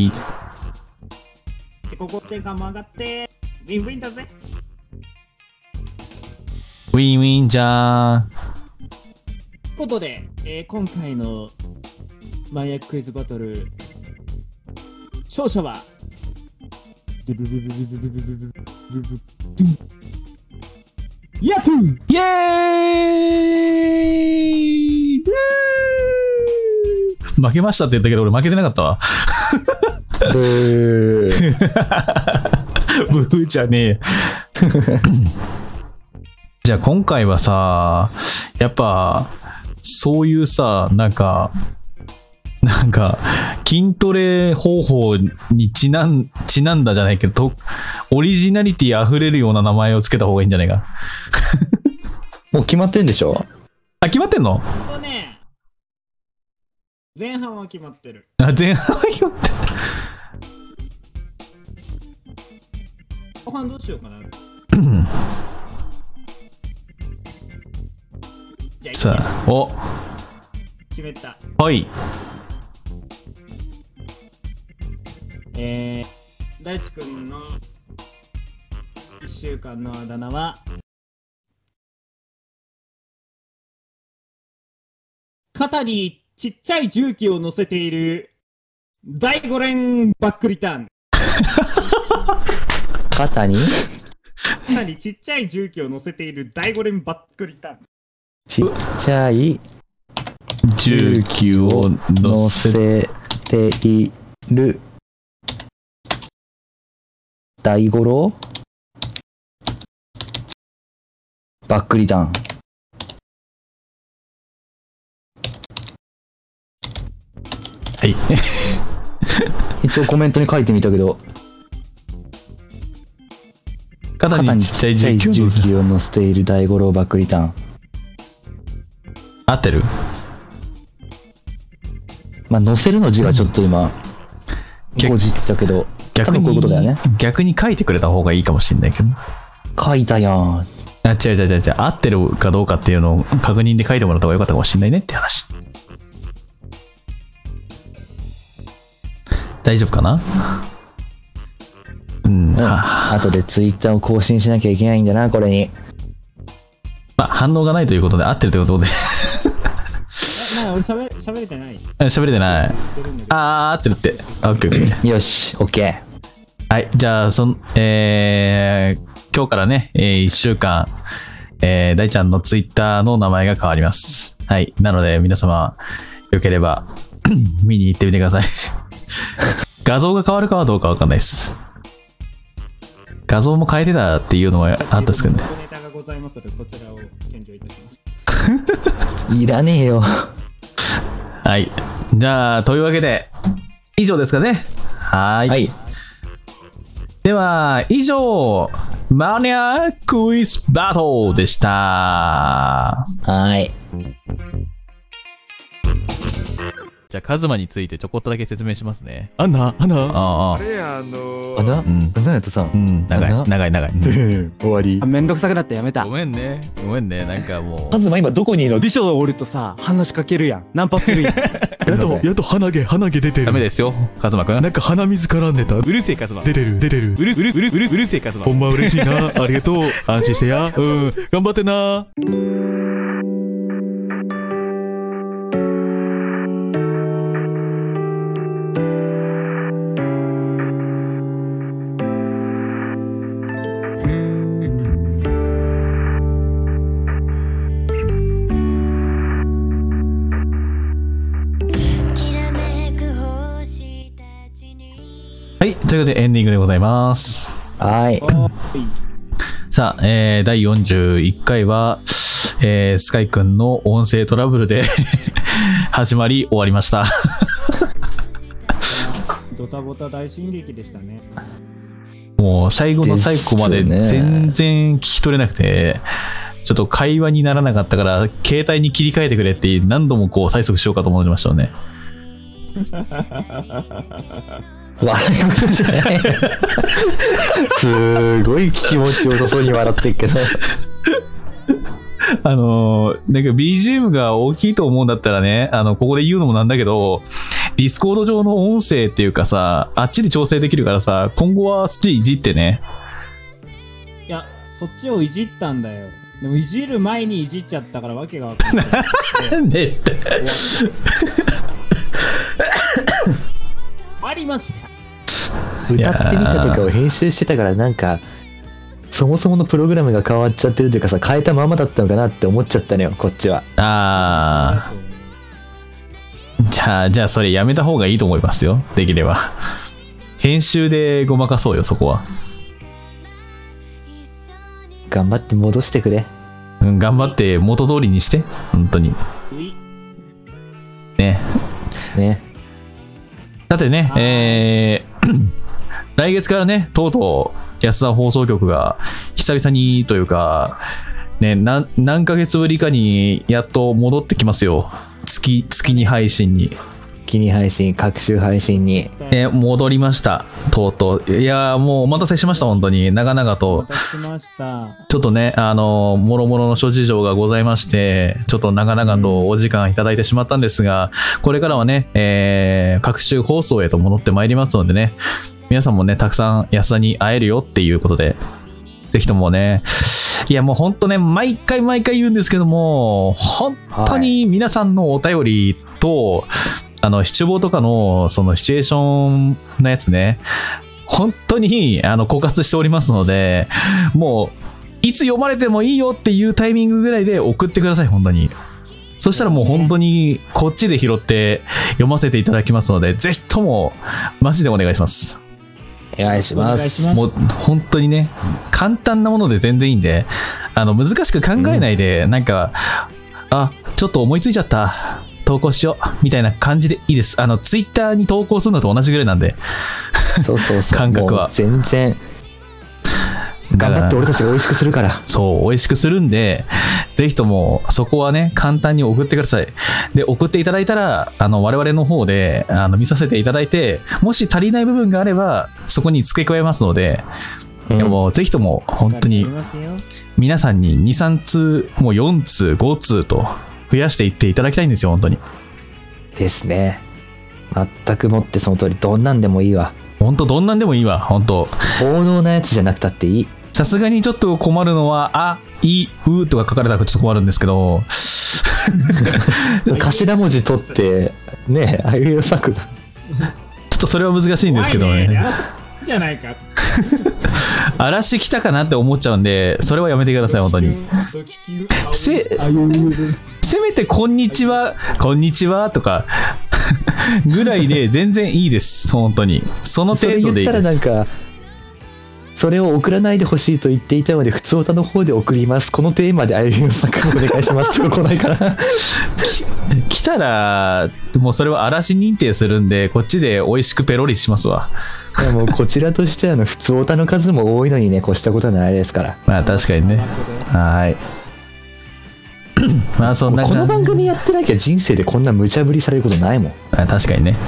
自己肯定感も上がって、ウィンウィンだぜ。 ウィンウィンじゃーん。 ということで、今回のマニアッククイズバトル、勝者は、ヤトゥイエーイ負けましたって言ったけど俺負けてなかったわ。ブーじゃねえ。じゃあ今回はさ、やっぱそういうさ、なんか筋トレ方法にちなんだじゃないけど、オリジナリティ溢れるような名前をつけた方がいいんじゃないか。 もう決まってんでしょ？ 決まってんの？ ね、前半は決まってる。 前半は決まってる。 後半どうしようかな。 さあ、お決めた。 はい。 大地くんの1週間のあだ名は肩にちっちゃい重機を乗せている第5連バックリターン。 肩にちっちゃい重機を乗せている第5連バックリターン。 ちっちゃい重機を乗せている大五郎バックリターン。 はい。 一応コメントに書いてみたけど、 肩にちっちゃい重機を乗せている大五郎バックリターン。 合ってる？ まあ乗せるの字がちょっと今こじったけど、多分こういうことだよね。 逆に書いてくれた方がいいかもしれないけど。 書いたやん。 違う、合ってるかどうかっていうのを確認で書いてもらった方がよかったかもしれないねって話。大丈夫かな？ 後でツイッターを更新しなきゃいけないんだな、これに。 反応がないということで合ってるということで俺喋れてない。 喋れてない。合ってるって。オッケー。 よし、オッケー。はい、じゃあ今日からね、1週間、大ちゃんのツイッターの名前が変わります。はい、なので皆様よければ見に行ってみてください。画像が変わるかはどうかわかんないです。画像も変えてたっていうのはあったんですけどね。 ネタがございますのでそちらを献上いたします。 いらねえよ。 はい。じゃあ、というわけで、以上ですかね。はい。では、以上、マニアクイズバトルでした。 はい。 じゃあ、カズマについてちょこっとだけ説明しますね。 あれあれやとさん。 長い。 終わり。 めんどくさくなってやめた。 ごめんね。なんかもう。 カズマ今どこにいるの？ 美女おるとさ、話しかけるやん。ナンパするやん。 やっと鼻毛出てる。 ダメですよ、カズマくん。 なんか鼻水絡んでた。 うるせえカズマ。 出てる。 うるせえカズマ。 ほんま嬉しいな。ありがとう。安心してや。頑張ってな。はい、ということでエンディングでございます。 はい。 さあ、第41回は、スカイくんの音声トラブルで始まり終わりました。 ドタボタ大進撃でしたね。 もう最後の最後まで全然聞き取れなくて、ちょっと会話にならなかったから、携帯に切り替えてくれって何度もこう催促しようかと思いましたよね。 笑い事じゃない。すごい気持ちよさそうに笑ってるけど。 なんか BGM が大きいと思うんだったらね、ここで言うのもなんだけど、ディスコード上の音声っていうかさ、あっちで調整できるからさ、今後はそっちいじってね。 いや、そっちをいじったんだよ。でもいじる前にいじっちゃったからわけがわかんない。 なんでって終わりました。 歌ってみたとかを編集してたからなんかそもそものプログラムが変わっちゃってるというかさ、変えたままだったのかなって思っちゃったのよ、こっちは。 じゃあそれやめた方がいいと思いますよ、できれば。編集でごまかそうよ、そこは。 頑張って戻してくれ。 頑張って元通りにして、本当にね。さてね、来月からね、とうとう安田放送局が久々にというか、ね、何ヶ月ぶりかにやっと戻ってきますよ。月に配信に。 各週配信に。 戻りました。とうとう。いやー、もうお待たせしました、本当に。長々と。 お待たせしました。 ちょっとね、もろもろの諸事情がございまして、ちょっと長々とお時間いただいてしまったんですが、これからはね、各週放送へと戻ってまいりますのでね、皆さんもね、たくさん安田に会えるよっていうことで、ぜひともね、いやもう本当ね、毎回言うんですけども、本当に皆さんのお便りと、七五とかのそのシチュエーションのやつね、本当に枯渇しておりますので、もういつ読まれてもいいよっていうタイミングぐらいで送ってください、本当に。そしたらもう本当にこっちで拾って読ませていただきますので、ぜひともマジでお願いします。 お願いします。 もう本当にね、簡単なもので全然いいんで、難しく考えないで、なんかちょっと思いついちゃった、投稿しようみたいな感じでいいです。ツイッターに投稿するのと同じぐらいなんで。 そう感覚は全然頑張って俺たちが美味しくするから。 そう美味しくするんで、ぜひともそこはね、簡単に送ってください。で、送っていただいたら我々の方で見させていただいて、もし足りない部分があればそこに付け加えますので、でもぜひとも本当に皆さんに 2,3 通もう4通5通と増やしていっていただきたいんですよ、本当に。 ですね。全くもってその通り。どんなんでもいいわ。 本当どんなんでもいいわ、本当。 王道なやつじゃなくたっていい。 さすがにちょっと困るのは、あ、い、うとか書かれたらちょっと困るんですけど、 頭文字取って、ね、ああいう作が。 ちょっとそれは難しいんですけどね。 じゃないか。 嵐来たかなって思っちゃうんで、それはやめてください、本当に。せめて、こんにちは、こんにちはとか、ぐらいで全然いいです、本当に。その程度でいいです。 それ言ったらなんか、それを送らないでほしいと言っていたので、普通歌の方で送ります。このテーマであゆみの作家お願いしますとか来ないから。 来たら、もうそれは嵐認定するんで、こっちで美味しくペロリしますわ。 いやもうこちらとしては普通歌の数も多いのにね、越したことはないですから。 まあ確かにね。はい。まあそんなこの番組やってなきゃ人生でこんな無茶ぶりされることないもん。 あ、確かにね。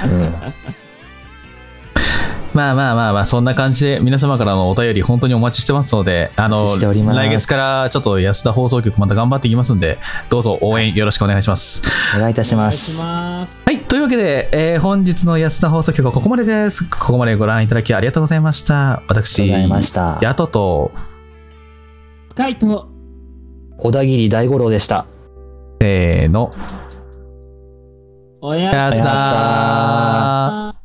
まあ、そんな感じで皆様からのお便り本当にお待ちしてますので、来月からちょっと安田放送局また頑張っていきますんで、どうぞ応援よろしくお願いします。 お願いいたします。 はい、というわけで、本日の安田放送局はここまでです。ここまでご覧いただきありがとうございました。私、ヤトと、 カイト、 小田切大五郎でした。 せーの。 おやすみ。